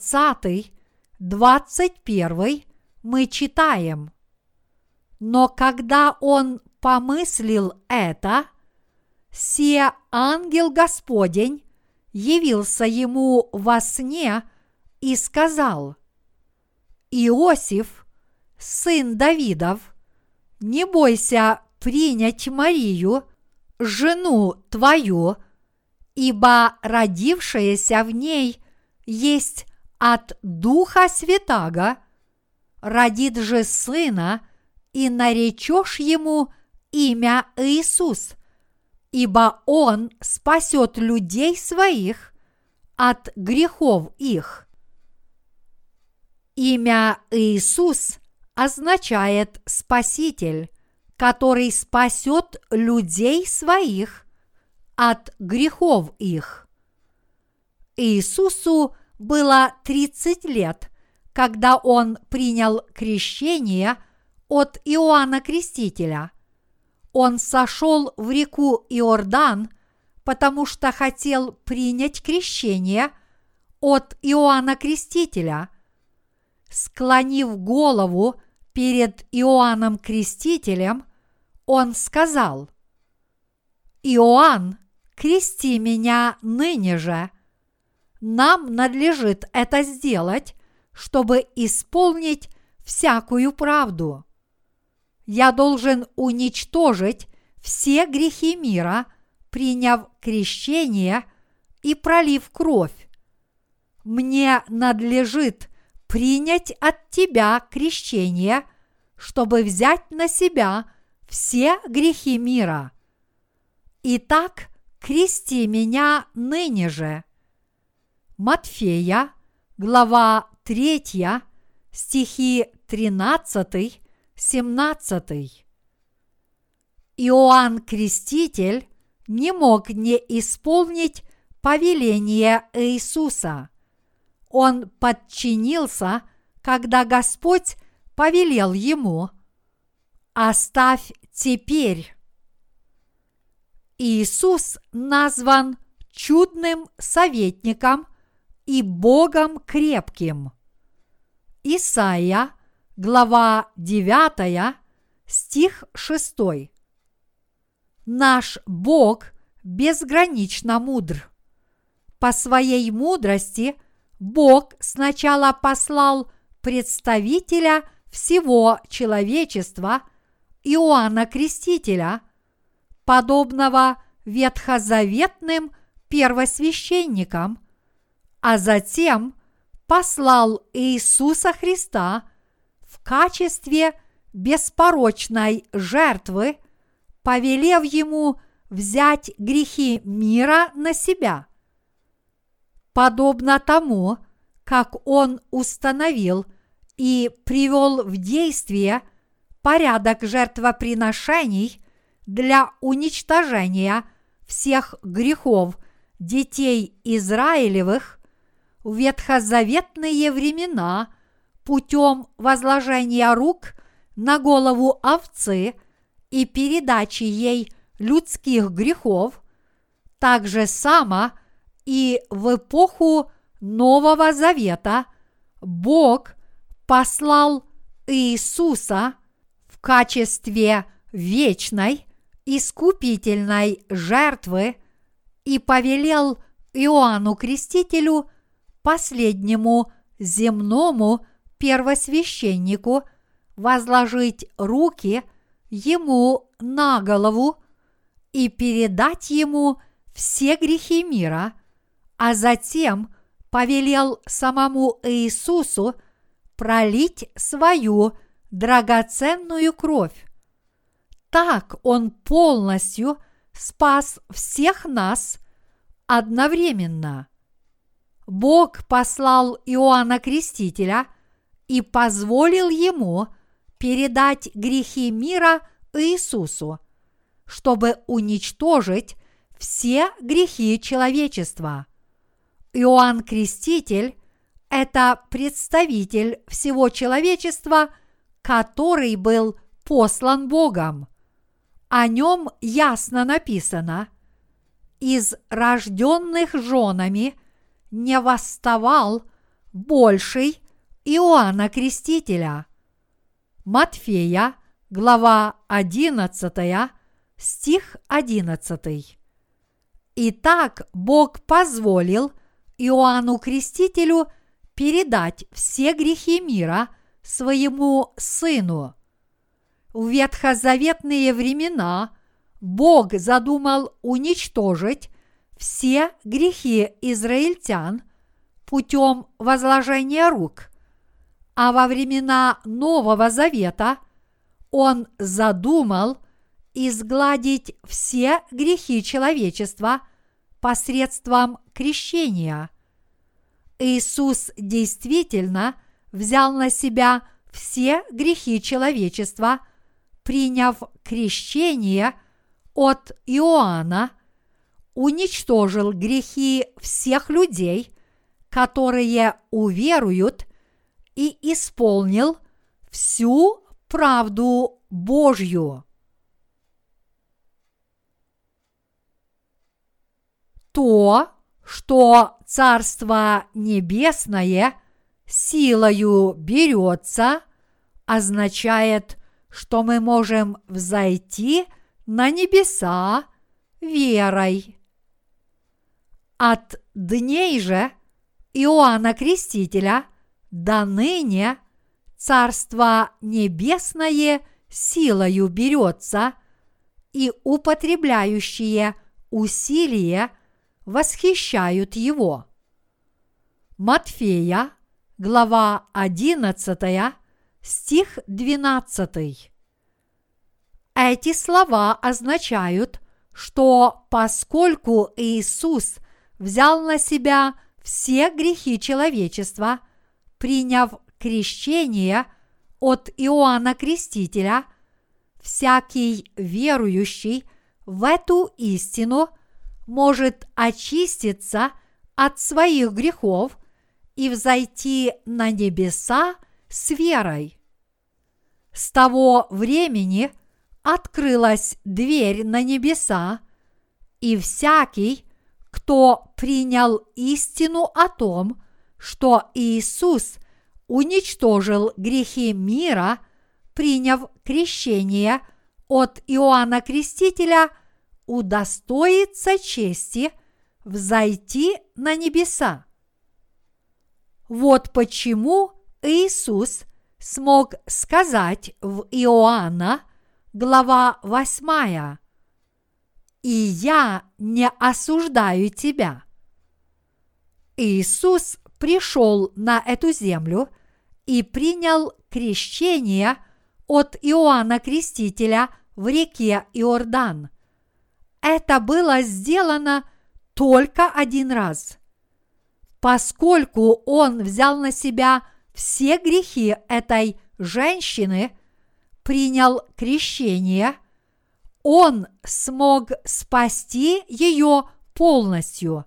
20-21 мы читаем: «Но когда он помыслил это, се ангел Господень явился ему во сне и сказал: Иосиф, сын Давидов, не бойся принять Марию, жену твою, ибо родившееся в ней есть от Духа Святаго, родит же сына, и наречешь ему имя Иисус, ибо он спасет людей своих от грехов их». Имя Иисус означает «спаситель», который спасет людей своих от грехов их. Иисусу было 30 лет, когда он принял крещение от Иоанна Крестителя. Он сошел в реку Иордан, потому что хотел принять крещение от Иоанна Крестителя. Склонив голову перед Иоанном Крестителем, он сказал: «Иоанн, крести меня ныне же. Нам надлежит это сделать, чтобы исполнить всякую правду. Я должен уничтожить все грехи мира приняв крещение и пролив кровь. Мне надлежит принять от тебя крещение, чтобы взять на себя все грехи мира. Итак, крести меня ныне же. Матфея, глава 3, стихи 13-17. Иоанн Креститель не мог не исполнить повеление Иисуса. Он подчинился, когда Господь повелел ему: «Оставь теперь». Иисус назван чудным советником и Богом крепким. Исайя, глава 9, стих 6. Наш Бог безгранично мудр. По своей мудрости Бог сначала послал представителя всего человечества Иоанна Крестителя, подобного ветхозаветным первосвященникам, а затем послал Иисуса Христа в качестве беспорочной жертвы, повелев ему взять грехи мира на себя. Подобно тому, как он установил и привел в действие порядок жертвоприношений для уничтожения всех грехов детей Израилевых в ветхозаветные времена путем возложения рук на голову овцы и передачи ей людских грехов, так же само и в эпоху Нового Завета Бог послал Иисуса в качестве вечной искупительной жертвы и повелел Иоанну Крестителю, последнему земному первосвященнику, возложить руки ему на голову и передать ему все грехи мира, а затем повелел самому Иисусу пролить свою драгоценную кровь. Так он полностью спас всех нас одновременно. Бог послал Иоанна Крестителя и позволил ему передать грехи мира Иисусу, чтобы уничтожить все грехи человечества. Иоанн Креститель – это представитель всего человечества, который был послан Богом. О нем ясно написано: «Из рожденных женами не восставал больший Иоанна Крестителя». Матфея, глава 11, стих 11. Итак, Бог позволил Иоанну Крестителю передать все грехи мира своему Сыну. В ветхозаветные времена Бог задумал уничтожить все грехи израильтян путем возложения рук, а во времена Нового Завета Он задумал изгладить все грехи человечества посредством крещения. Иисус действительно взял на себя все грехи человечества, приняв крещение от Иоанна, уничтожил грехи всех людей, которые уверуют, и исполнил всю правду Божью. То, что Царство Небесное силою берется, означает, что мы можем взойти на небеса верой. От дней же Иоанна Крестителя до ныне Царство Небесное силою берется, и употребляющие усилие восхищают его. Матфея, глава 11, стих 12. Эти слова означают, что поскольку Иисус взял на себя все грехи человечества, приняв крещение от Иоанна Крестителя, всякий верующий в эту истину может очиститься от своих грехов и взойти на небеса с верой. С того времени открылась дверь на небеса, и всякий, кто принял истину о том, что Иисус уничтожил грехи мира, приняв крещение от Иоанна Крестителя, удостоится чести взойти на небеса. Вот почему Иисус смог сказать в Иоанна, глава 8: «И я не осуждаю тебя». Иисус пришел на эту землю и принял крещение от Иоанна Крестителя в реке Иордан. Это было сделано только один раз. Поскольку Он взял на себя все грехи этой женщины, принял крещение, Он смог спасти ее полностью.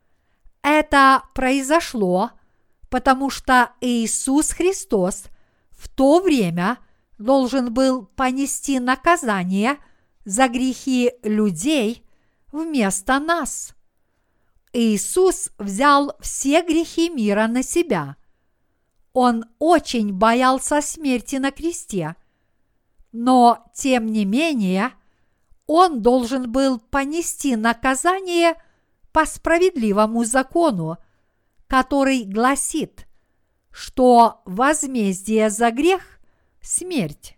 Это произошло, потому что Иисус Христос в то время должен был понести наказание за грехи людей вместо нас. Иисус взял все грехи мира на себя. Он очень боялся смерти на кресте, но, тем не менее, Он должен был понести наказание по справедливому закону, который гласит, что возмездие за грех – смерть.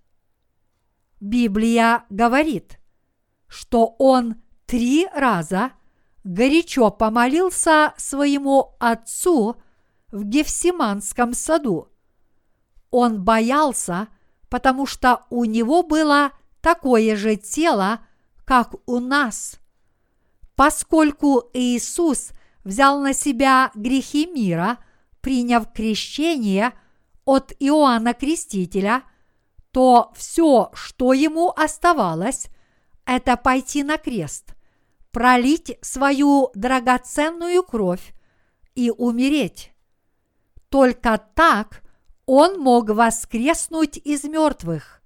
Библия говорит, что Он 3 раза горячо помолился своему Отцу в Гефсиманском саду. Он боялся, потому что у него было такое же тело, как у нас. Поскольку Иисус взял на себя грехи мира, приняв крещение от Иоанна Крестителя, то все, что ему оставалось, это пойти на крест, пролить свою драгоценную кровь и умереть. Только так Он мог воскреснуть из мертвых.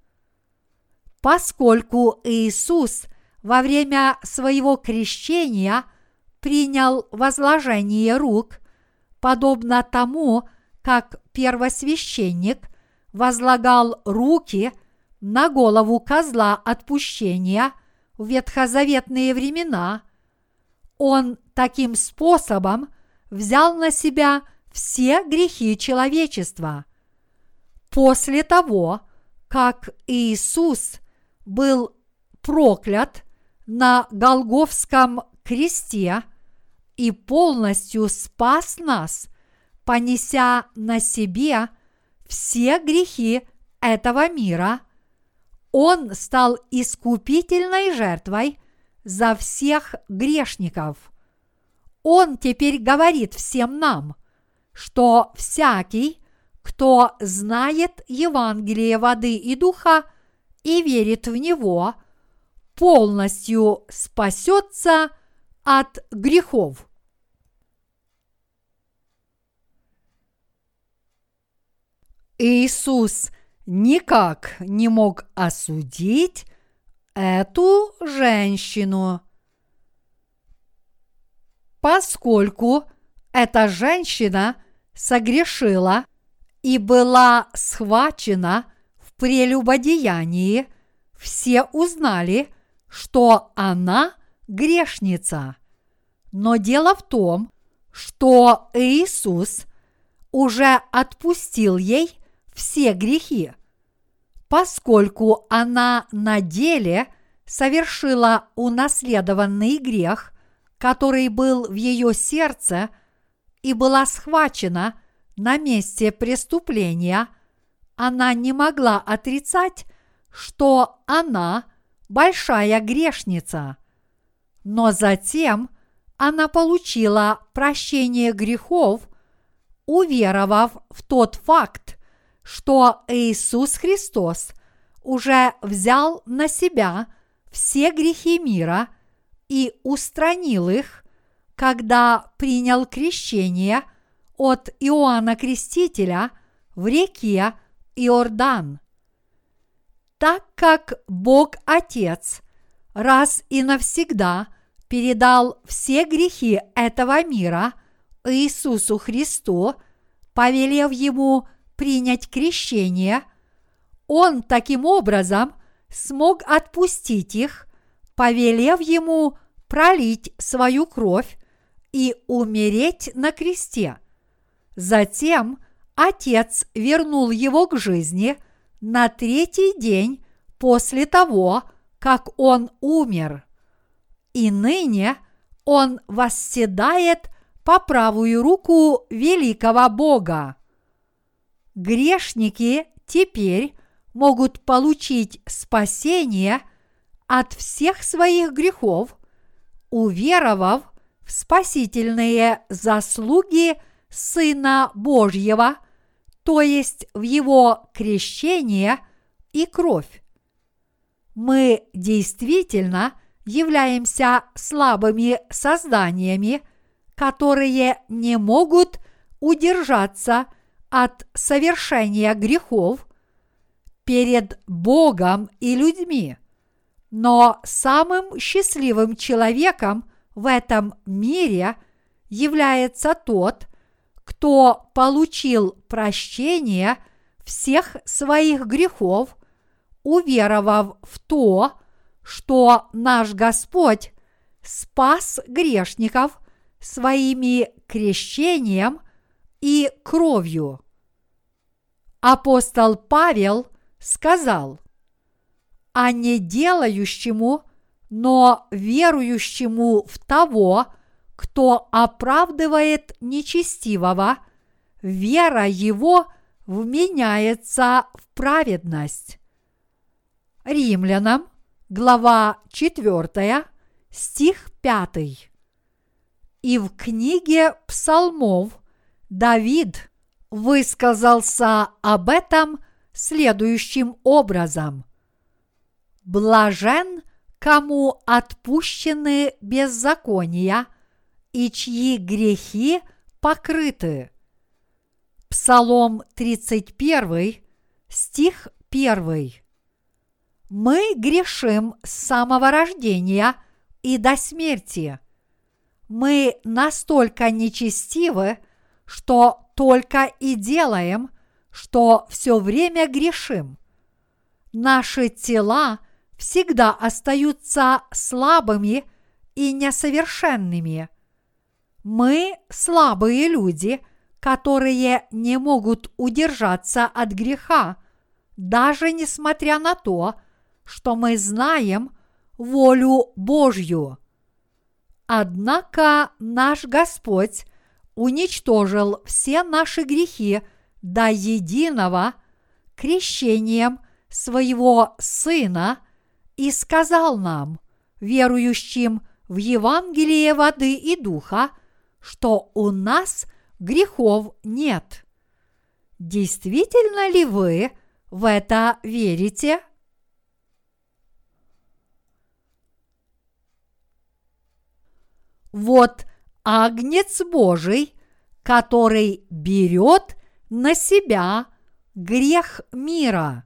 Поскольку Иисус во время своего крещения принял возложение рук, подобно тому, как первосвященник возлагал руки на голову козла отпущения в ветхозаветные времена, Он таким способом взял на себя все грехи человечества. После того, как Иисус был проклят на Голгофском кресте и полностью спас нас, понеся на себе все грехи этого мира, Он стал искупительной жертвой за всех грешников. Он теперь говорит всем нам, что всякий, кто знает Евангелие воды и духа и верит в него, полностью спасется от грехов. Иисус никак не мог осудить эту женщину, поскольку эта женщина согрешила и была схвачена в прелюбодеянии, все узнали, что она грешница. Но дело в том, что Иисус уже отпустил ей все грехи, поскольку она на деле совершила унаследованный грех, который был в ее сердце, и была схвачена на месте преступления, она не могла отрицать, что она большая грешница. Но затем она получила прощение грехов, уверовав в тот факт, что Иисус Христос уже взял на себя все грехи мира и устранил их, когда принял крещение от Иоанна Крестителя в реке Иордан. Так как Бог Отец раз и навсегда передал все грехи этого мира Иисусу Христу, повелев Ему принять крещение, Он таким образом смог отпустить их, повелев Ему пролить свою кровь и умереть на кресте. Затем Отец вернул его к жизни на третий день после того, как он умер. И ныне он восседает по правую руку великого Бога. Грешники теперь могут получить спасение от всех своих грехов, уверовав в спасительные заслуги Сына Божьего, то есть в Его крещение и кровь. Мы действительно являемся слабыми созданиями, которые не могут удержаться от совершения грехов перед Богом и людьми. Но самым счастливым человеком в этом мире является тот, кто получил прощение всех своих грехов, уверовав в то, что наш Господь спас грешников своими крещением и кровью. Апостол Павел сказал: «А не делающему, но верующему в того, кто оправдывает нечестивого, вера его вменяется в праведность». Римлянам, глава 4, стих 5. И в книге Псалмов Давид высказался об этом следующим образом: «Блажен, кому отпущены беззакония и чьи грехи покрыты». Псалом 31, стих 1. Мы грешим с самого рождения и до смерти. Мы настолько нечестивы, что только и делаем, что все время грешим. Наши тела всегда остаются слабыми и несовершенными. Мы слабые люди, которые не могут удержаться от греха, даже несмотря на то, что мы знаем волю Божью. Однако наш Господь уничтожил все наши грехи до единого крещением своего Сына и сказал нам, верующим в Евангелие воды и духа, что у нас грехов нет. Действительно ли вы в это верите? Вот Агнец Божий, который берет на себя грех мира.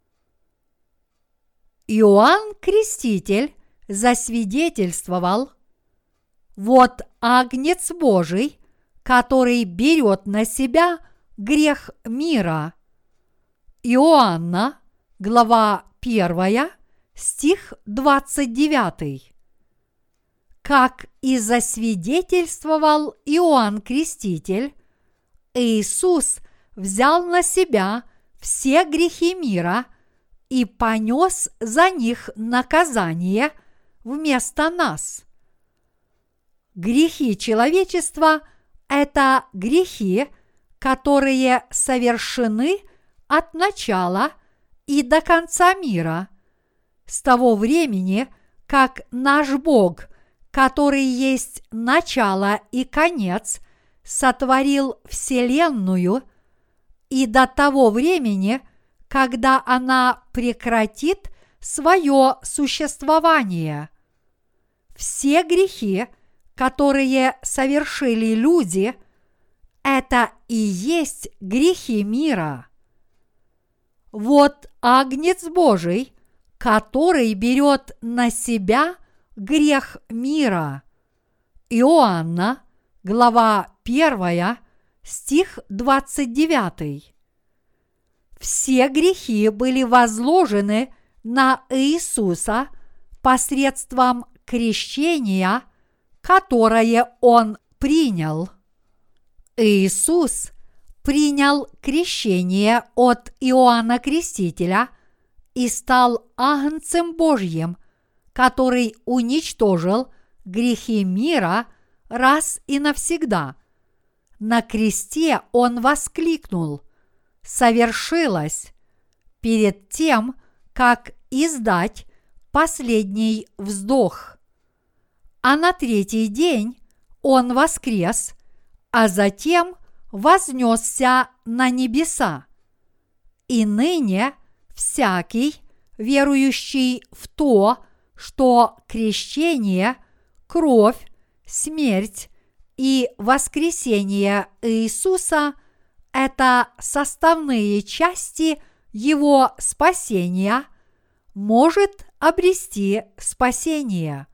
Иоанн Креститель засвидетельствовал: вот Агнец Божий, который берет на себя грех мира. Иоанна, глава 1, стих 29. Как и засвидетельствовал Иоанн Креститель, Иисус взял на себя все грехи мира и понес за них наказание вместо нас. Грехи человечества – это грехи, которые совершены от начала и до конца мира, с того времени, как наш Бог, который есть начало и конец, сотворил Вселенную, и до того времени, когда она прекратит свое существование. Все грехи, которые совершили люди, это и есть грехи мира. Вот Агнец Божий, который берет на себя грех мира. Иоанна, глава 1, стих 29. Все грехи были возложены на Иисуса посредством крещения, которое Он принял. Иисус принял крещение от Иоанна Крестителя и стал Агнцем Божьим, который уничтожил грехи мира раз и навсегда. На кресте Он воскликнул: «Совершилось!» перед тем, как издать последний вздох. А на третий день Он воскрес, а затем вознесся на небеса. И ныне всякий, верующий в то, что крещение, кровь, смерть и воскресение Иисуса – это составные части Его спасения, может обрести спасение.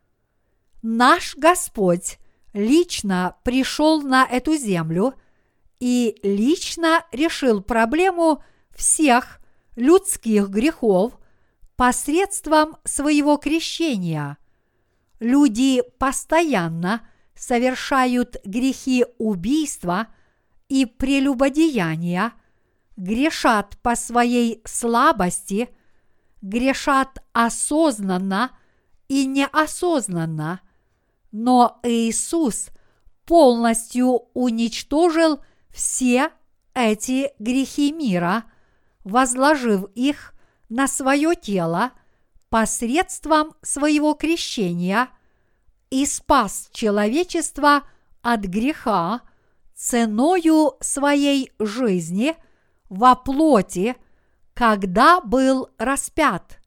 Наш Господь лично пришел на эту землю и лично решил проблему всех людских грехов посредством своего крещения. Люди постоянно совершают грехи убийства и прелюбодеяния, грешат по своей слабости, грешат осознанно и неосознанно, но Иисус полностью уничтожил все эти грехи мира, возложив их на свое тело посредством своего крещения и спас человечество от греха ценою своей жизни во плоти, когда был распят.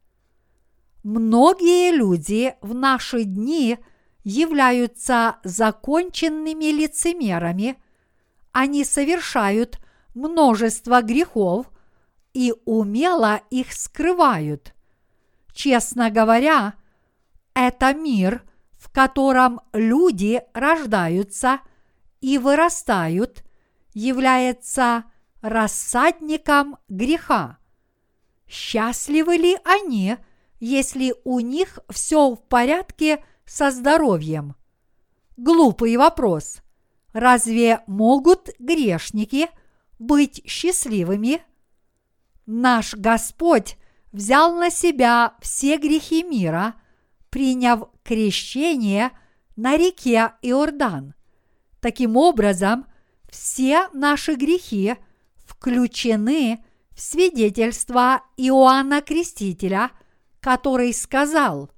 Многие люди в наши дни являются законченными лицемерами, они совершают множество грехов и умело их скрывают. Честно говоря, это мир, в котором люди рождаются и вырастают, является рассадником греха. Счастливы ли они, если у них все в порядке со здоровьем? Глупый вопрос. Разве могут грешники быть счастливыми? Наш Господь взял на себя все грехи мира, приняв крещение на реке Иордан. Таким образом, все наши грехи включены в свидетельство Иоанна Крестителя, который сказал: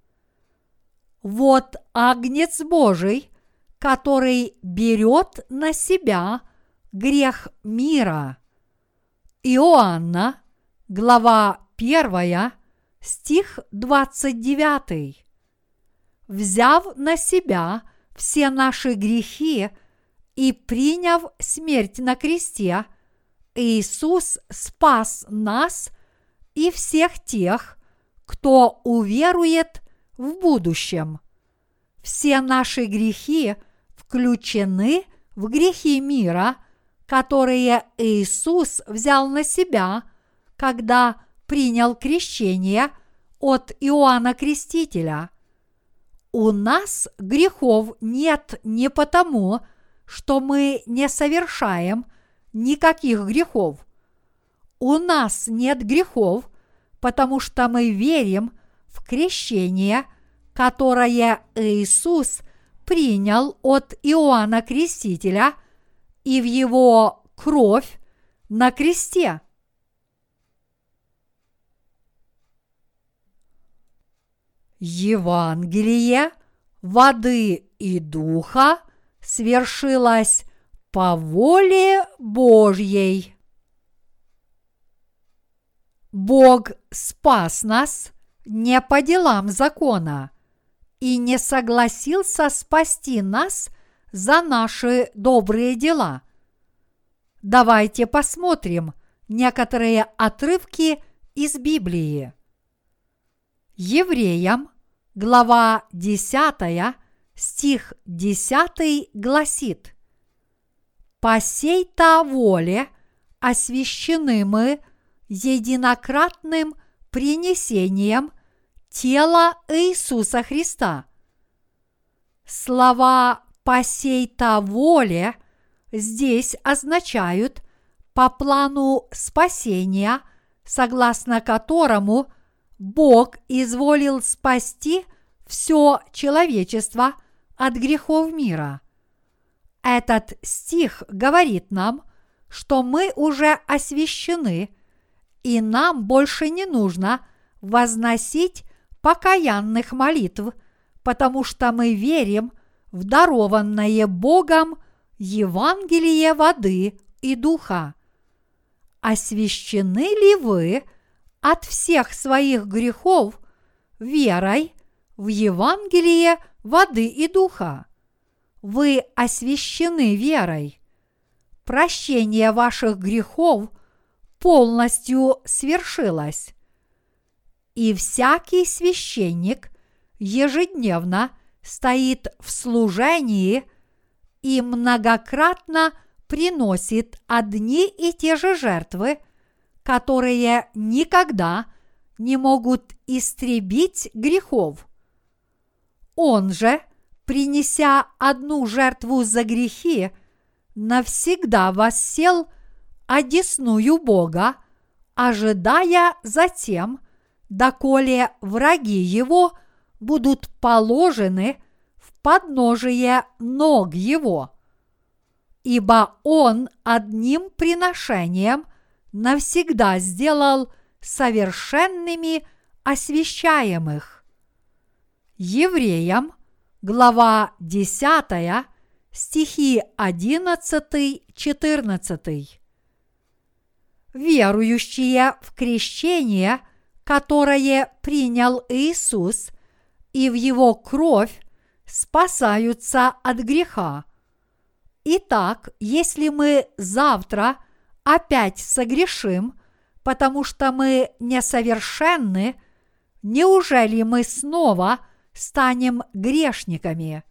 «Вот Агнец Божий, который берет на себя грех мира». Иоанна, глава 1, стих 29. Взяв на себя все наши грехи и приняв смерть на кресте, Иисус спас нас и всех тех, кто уверует в будущем. Все наши грехи включены в грехи мира, которые Иисус взял на себя, когда принял крещение от Иоанна Крестителя. У нас грехов нет не потому, что мы не совершаем никаких грехов. У нас нет грехов, потому что мы верим в крещение, которое Иисус принял от Иоанна Крестителя и в его кровь на кресте. Евангелие воды и духа свершилось по воле Божьей. Бог спас нас не по делам закона и не согласился спасти нас за наши добрые дела. Давайте посмотрим некоторые отрывки из Библии. Евреям, глава 10, стих 10 гласит: «По сей-то воле освящены мы единократным принесением тела Иисуса Христа». Слова «по сей-то воле» здесь означают по плану спасения, согласно которому Бог изволил спасти все человечество от грехов мира. Этот стих говорит нам, что мы уже освящены, и нам больше не нужно возносить покаянных молитв, потому что мы верим в дарованное Богом Евангелие воды и духа. Освящены ли вы от всех своих грехов верой в Евангелие воды и духа? Вы освящены верой. Прощение ваших грехов полностью свершилось. И всякий священник ежедневно стоит в служении и многократно приносит одни и те же жертвы, которые никогда не могут истребить грехов. Он же, принеся одну жертву за грехи, навсегда воссел одесную Бога, ожидая затем, доколе враги его будут положены в подножие ног его. Ибо он одним приношением навсегда сделал совершенными освящаемых. Евреям, глава 10, стихи 11-14. Верующие в крещение, которое принял Иисус, и в Его кровь спасаются от греха. Итак, если мы завтра опять согрешим, потому что мы несовершенны, неужели мы снова станем грешниками?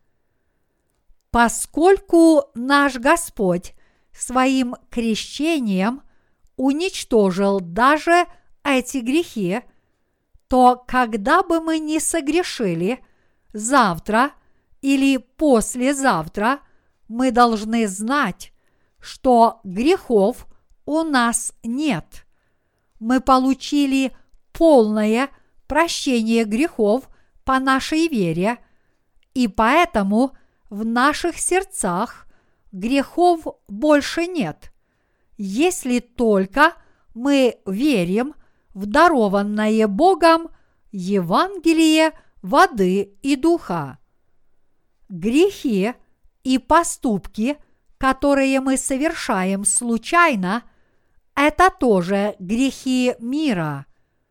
Поскольку наш Господь своим крещением уничтожил даже эти грехи, то когда бы мы ни согрешили завтра или послезавтра, мы должны знать, что грехов у нас нет. Мы получили полное прощение грехов по нашей вере, и поэтому в наших сердцах грехов больше нет, если только мы верим в дарованное Богом Евангелие воды и духа. Грехи и поступки, которые мы совершаем случайно, это тоже грехи мира.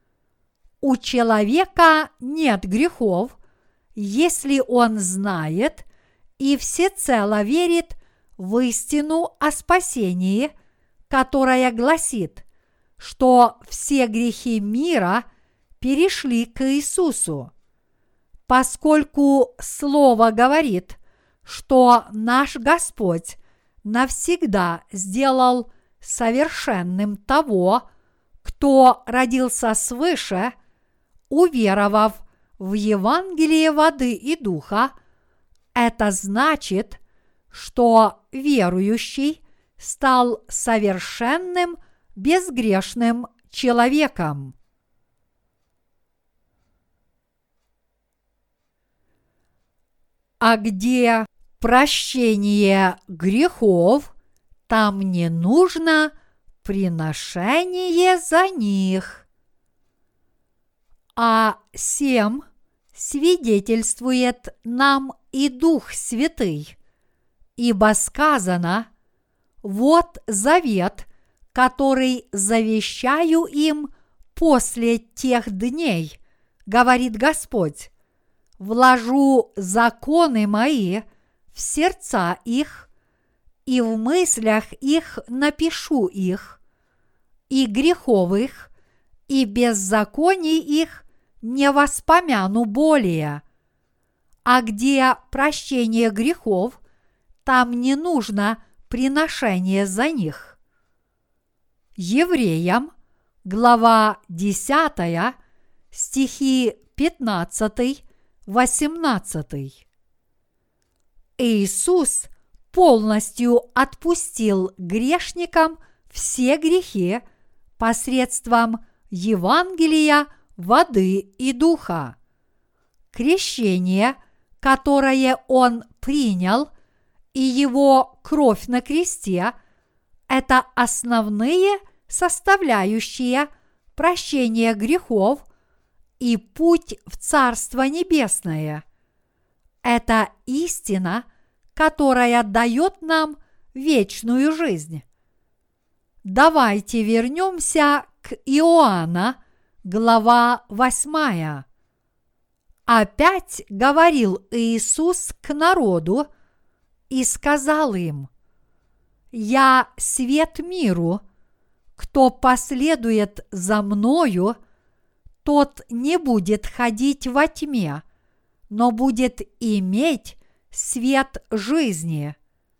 У человека нет грехов, если он знает и всецело верит в истину о спасении, которая гласит, что все грехи мира перешли к Иисусу. Поскольку Слово говорит, что наш Господь навсегда сделал совершенным того, кто родился свыше, уверовав в Евангелие воды и духа, это значит, что верующий стал совершенным, безгрешным человеком. А где прощение грехов, там не нужно приношение за них. А сем свидетельствует нам и Дух Святый, ибо сказано: «Вот завет, который завещаю им после тех дней, говорит Господь, вложу законы мои в сердца их, и в мыслях их напишу их, и грехов их, и беззаконий их не воспомяну более». А где прощение грехов, там не нужно приношение за них. Евреям, глава 10, стихи 15-18. Иисус полностью отпустил грешникам все грехи посредством Евангелия воды и духа. Крещение, которое Он принял, и Его кровь на кресте – это основные составляющие прощения грехов и путь в Царство Небесное. Это истина, которая дает нам вечную жизнь. Давайте вернемся к Иоанна, глава 8. Опять говорил Иисус к народу и сказал им: «Я свет миру, кто последует за Мною, тот не будет ходить во тьме, но будет иметь свет жизни».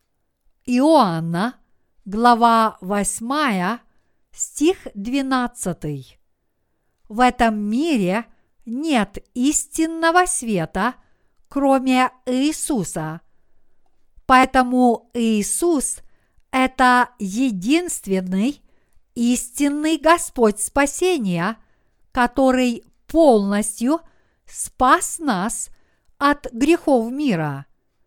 Иоанна, глава 8, стих 12. В этом мире нет истинного света, кроме Иисуса. Поэтому Иисус – это единственный истинный Господь спасения, который полностью спас нас от грехов мира.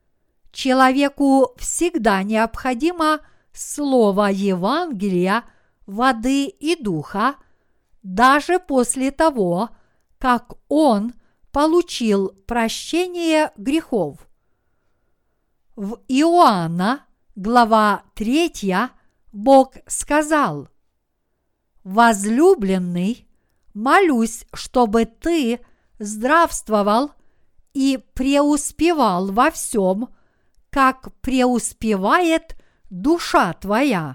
Человеку всегда необходимо слово Евангелия, воды и духа, даже после того, как он получил прощение грехов. В Иоанна, глава 3, Бог сказал: «Возлюбленный, молюсь, чтобы ты здравствовал и преуспевал во всем, как преуспевает душа твоя».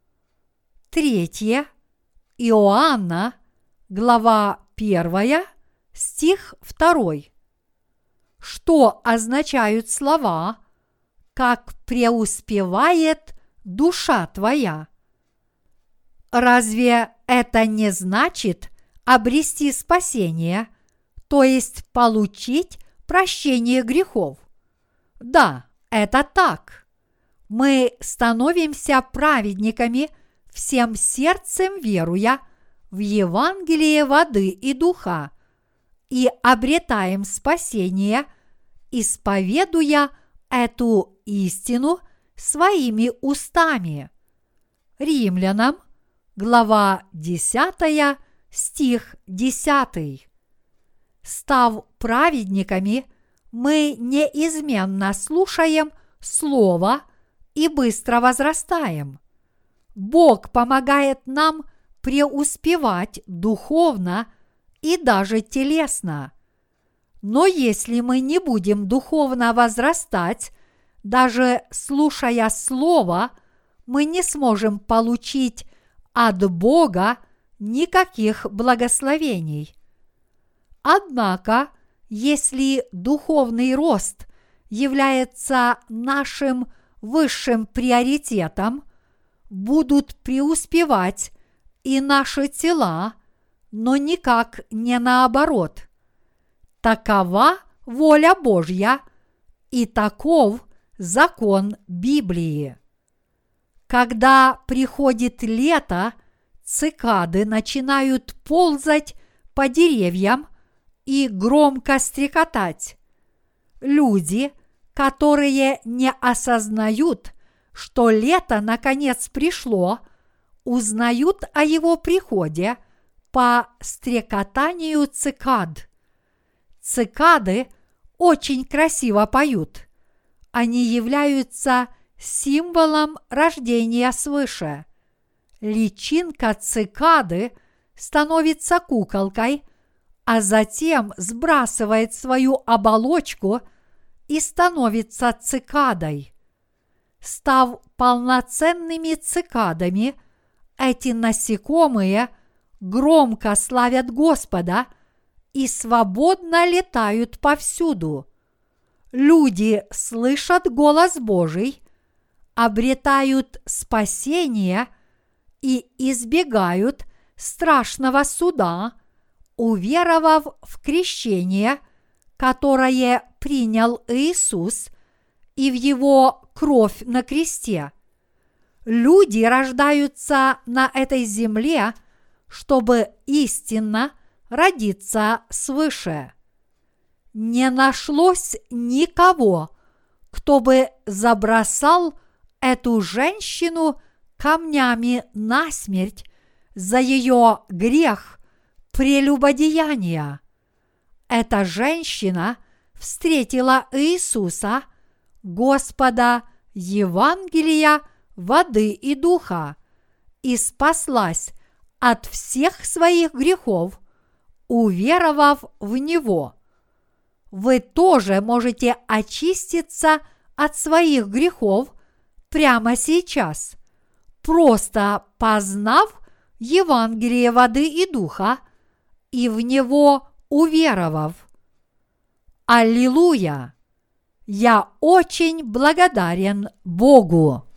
3 Иоанна, глава 1, стих 2. Что означают слова «как преуспевает душа твоя»? Разве это не значит обрести спасение, то есть получить прощение грехов? Да, это так. Мы становимся праведниками всем сердцем, веруя в Евангелие воды и духа, и обретаем спасение, исповедуя эту истину своими устами. Римлянам, глава 10, стих 10. Став праведниками, мы неизменно слушаем Слово и быстро возрастаем. Бог помогает нам преуспевать духовно и даже телесно. Но если мы не будем духовно возрастать, даже слушая Слово, мы не сможем получить от Бога никаких благословений. Однако, если духовный рост является нашим высшим приоритетом, будут преуспевать и наши тела, но никак не наоборот. Такова воля Божья и таков закон Библии. Когда приходит лето, цикады начинают ползать по деревьям и громко стрекотать. Люди, которые не осознают, что лето наконец пришло, узнают о его приходе по стрекотанию цикад. Цикады очень красиво поют. Они являются символом рождения свыше. Личинка цикады становится куколкой, а затем сбрасывает свою оболочку и становится цикадой. Став полноценными цикадами, эти насекомые громко славят Господа и свободно летают повсюду. Люди слышат голос Божий, обретают спасение и избегают страшного суда, уверовав в крещение, которое принял Иисус, и в Его кровь на кресте. Люди рождаются на этой земле, чтобы истинно родиться свыше. Не нашлось никого, кто бы забросал эту женщину камнями насмерть за ее грех прелюбодеяния. Эта женщина встретила Иисуса, Господа Евангелия воды и духа, и спаслась от всех своих грехов, уверовав в Него. Вы тоже можете очиститься от своих грехов прямо сейчас, просто познав Евангелие воды и духа и в него уверовав. Аллилуйя! Я очень благодарен Богу!